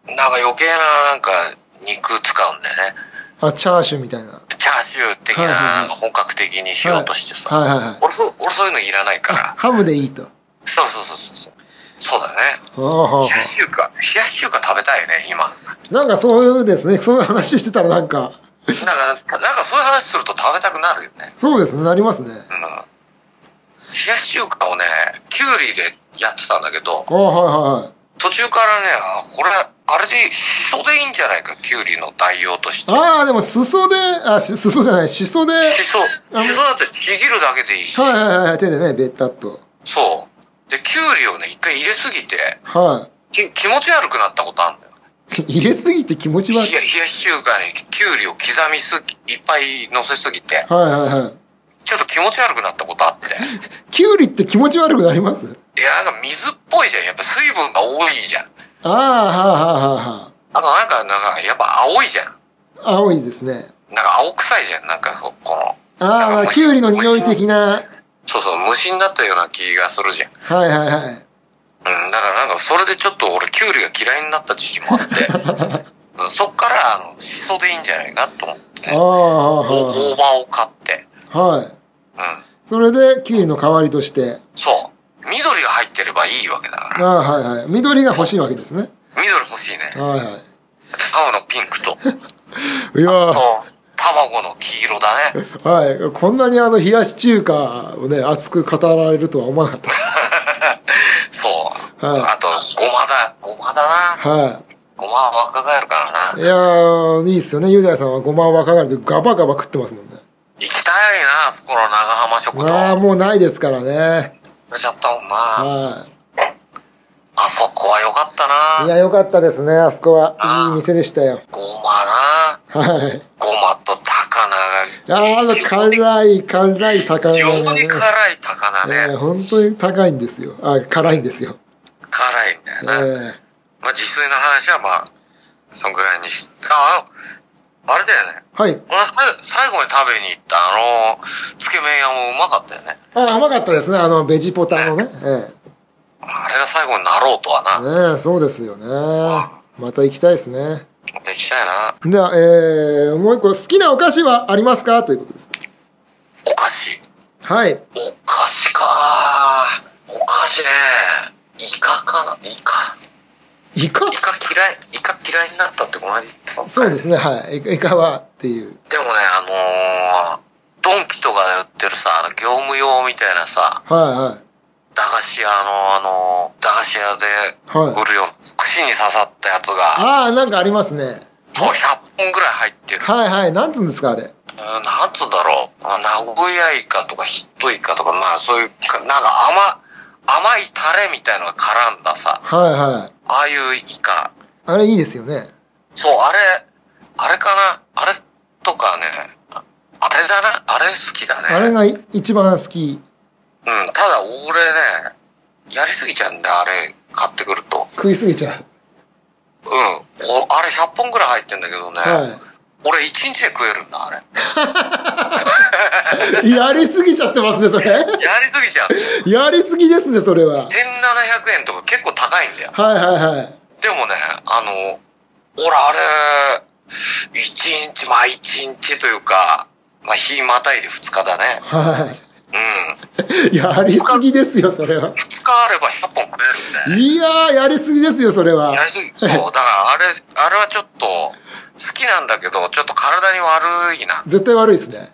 S2: なんか余計ななんか肉使うんだよね。
S3: あ、チャーシューみたいな。
S2: チャーシュー的な、はいはい、本格的にしようとしてさ、はいはいはい、俺, 俺そういうのいらないから。
S3: ハムでいいと。
S2: そうそうそうそう。そうだね。冷やし中華、冷やし中華食べたいね、今。なん
S3: かそういうですね、そういう話してたらなんか。なんか、
S2: なんかそういう話すると食べたくなるよね。
S3: そうですね、なりますね。うん。冷
S2: やし中華をね、キュウリでやってたんだけど、
S3: あ、はいはい。
S2: 途中からね、これ、あれで、シソでいいんじゃないか、キュウリの代用として。
S3: ああ、でも、すそで、あ、し、すそじゃない、しそで。
S2: しそ。しそだってちぎるだけでいいし。
S3: はいはいはい、手でね、ベッタっと。
S2: そう。で、キュウリをね、一回入れすぎて、
S3: はい。
S2: き気持ち悪くなったことあるんだよ。
S3: 入れすぎて気持ち悪い。
S2: 冷やし中華にキュウリを刻みすぎ、いっぱい乗せすぎて。
S3: はいはいはい。
S2: ちょっと気持ち悪くなったことあって。
S3: キュウリって気持ち悪くなります？い
S2: や、なんか水っぽいじゃん。やっぱ水分が多いじゃん。
S3: ああ、はあはあはあ。
S2: あとなんか、なんか、やっぱ青いじゃん。
S3: 青いですね。
S2: なんか青臭いじゃん。なんか、この。
S3: ああ、キュウリの匂い的な。
S2: そうそう、虫になったような気がするじゃん。
S3: はいはいはい。
S2: うん、だからなんか、それでちょっと俺、キュウリが嫌いになった時期もあって、うん、そっから、あの、シソでいいんじゃないかと思ってね。ああ、大葉を買って。
S3: はい。うん。それで、キュウリの代わりとして。
S2: そう。緑が入ってればいいわけだから。
S3: ああ、はいはい。緑が欲しいわけですね。
S2: 緑欲しいね。
S3: はいはい。
S2: 青のピンクと。
S3: いやあ
S2: と、卵の黄色だね。
S3: はい。こんなにあの、冷やし中華をね、熱く語られるとは思わなかった。
S2: そう。はい、あと、ごまだ。ごまだな。はい。ごまは若返るからな。
S3: いやー、いいっすよね。雄大さんはごまは若返るってガバガバ食ってますもんね。
S2: 行きたいな、あそこの長浜食堂。
S3: ああ、もうないですからね。
S2: 出ちゃったもんな。はい。あそこは良かったな。
S3: いや、良かったですね、あそこは。いい店でしたよ。
S2: ごまな。はい。ごまと高菜が。
S3: ああ、辛い、辛い高菜、ね。
S2: 非常に辛い高菜ね。
S3: えー、本当に高いんですよ。あ、辛いんですよ。
S2: 辛いんだよね。えー、まあ、自炊の話はまあ、そんぐらいにし、あ、あれだよね。
S3: はい。
S2: 最後に食べに行ったあの、つけ麺屋もうまかったよね。
S3: あ、うまかったですね。あの、ベジポタのね。ねええ
S2: あれが最後になろうとは
S3: な。ねえ、そうですよね。また行きたいですね。
S2: また行きたいな。
S3: では、えー、もう一個、好きなお菓子はありますかということです。
S2: お菓子
S3: はい。
S2: お菓子かお菓子ね。イカかなイカ。
S3: イカ
S2: イカ嫌い、イカ嫌いになったってこの間言ったの？
S3: そうですね、はい。イカはっていう。
S2: でもね、あのー、ドンキとかで売ってるさ、あの業務用みたいなさ、
S3: はいはい。
S2: 駄菓子屋のあの、駄菓子屋で売るよ、はい、串に刺さったやつが。
S3: ああ、なんかありますね。
S2: そう、ひゃっぽんぐらい入ってる。
S3: はいはい。なんつうんですか、あれ。
S2: うん、なんつうんだろう。名古屋イカとかヒットイカとか、まあそういう、なんか甘、甘いタレみたいのが絡んださ。
S3: はいはい。
S2: ああいうイカ。
S3: あれいいですよね。
S2: そう、あれ、あれかなあれとかね、あれだなあれ好きだね。
S3: あれが一番好き。
S2: うん、ただ俺ね、やりすぎちゃうんだよ、あれ買ってくると。
S3: 食いすぎちゃう。
S2: うん。おあれひゃっぽんぐらい入ってんだけどね。はい。俺いちにちで食えるんだ、あれ。
S3: やりすぎちゃってますね、それ。
S2: やりすぎちゃう。
S3: やりすぎですね、それは。
S2: せんななひゃくえんとか結構高いんだよ。
S3: はいはいはい。
S2: でもね、あの、俺あれ、いちにち、まあいちにちというか、まあ日またいでふつかだね。
S3: はい。
S2: うん。
S3: やりすぎですよ、それは。
S2: ふつかあればひゃっぽん食えるんだよ。
S3: いやー、やりすぎですよ、それは。
S2: やりすぎ。そう、だからあれ、あれはちょっと、好きなんだけど、ちょっと体に悪いな。
S3: 絶対悪いですね。
S2: う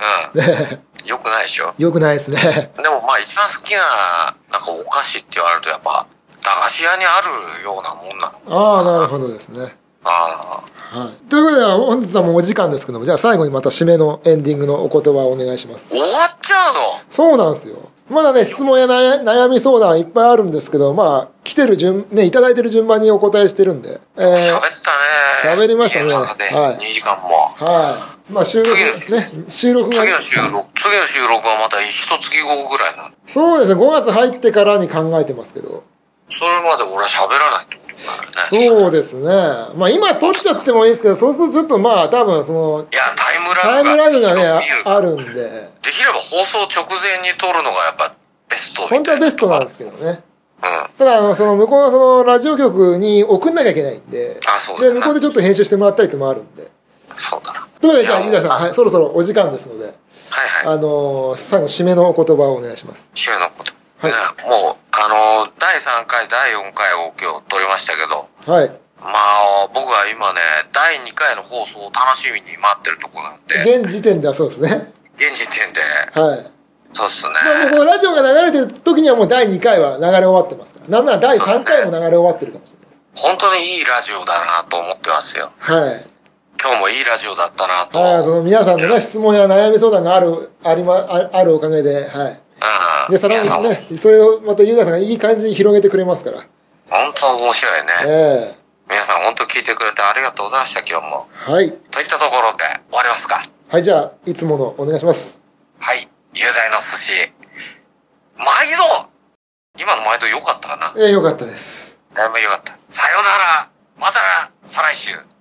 S3: ね。
S2: よくないでしょ。
S3: よくないですね。
S2: でもまあ一番好きな、なんかお菓子って言われるとやっぱ、駄菓子屋にあるようなもんなの。
S3: ああ、なるほどですね。
S2: あ
S3: あ。はい。ということで、本日はもうお時間ですけども、じゃあ最後にまた締めのエンディングのお言葉をお願いします。
S2: 終わっちゃうの？
S3: そうなんですよ。まだね、質問や悩み相談いっぱいあるんですけど、まあ、来てる順、ね、いただいてる順番にお答えしてるんで。
S2: えー、喋ったね。
S3: 喋りましたね。
S2: はい。にじかんも。
S3: はい。まあ、収録、ね、収録が。
S2: 次の収録、次の収録はまた一月後ぐらいなの。
S3: そうですね、ごがつ入ってからに考えてますけど。
S2: それまで俺は喋らないってことだからね。
S3: そうですね。まあ、今撮っちゃってもいいですけど、そうするとちょっとまあ、多分その、
S2: いや、タイムラグが。
S3: タイムラグがね、あるんで。
S2: できれば放送直前に撮るのがやっぱベストみたいな。
S3: 本当はベストなんですけどね。
S2: うん、
S3: ただあのその向こうのそのラジオ局に送んなきゃいけないんで、
S2: あ、そうだね、
S3: で向こうでちょっと編集してもらったりともあるんで。
S2: そうだな。
S3: ということでじゃあ西田さん、はい、そろそろお時間ですので、はい
S2: はい、
S3: あのー、最後締めのお言葉をお願いします。
S2: 締めの言葉、はい、ね、もうあのー、だいさんかいだいよんかいを今日撮りましたけど、
S3: はい。
S2: まあ僕は今ねだいにかいの放送を楽しみに待ってるところなんで。
S3: 現時点ではそうですね。
S2: 現時点で。
S3: はい。
S2: そうっすね。
S3: まあ、もうこのラジオが流れてる時にはもうだいにかいは流れ終わってますから。なんならだいさんかいも流れ終わってるかもしれないです。
S2: 本当にいいラジオだなと思ってますよ。
S3: はい。
S2: 今日もいいラジオだったなと。
S3: はい、その皆さんのね、質問や悩み相談がある、ありま、ああるおかげで、はい。うん。で、さらにね、それをまたユーザーさんがいい感じに広げてくれますから。
S2: 本当面白いね。
S3: ええ。
S2: 皆さん本当聞いてくれてありがとうございました、今日も。
S3: はい。
S2: といったところで終わりますか。
S3: はい、じゃあ、いつものお願いします。
S2: はい。雄大の寿司。毎度今の毎度良かったかな？
S3: ええ、良かったです。
S2: だいぶ良かった。さようなら。またな。再来週。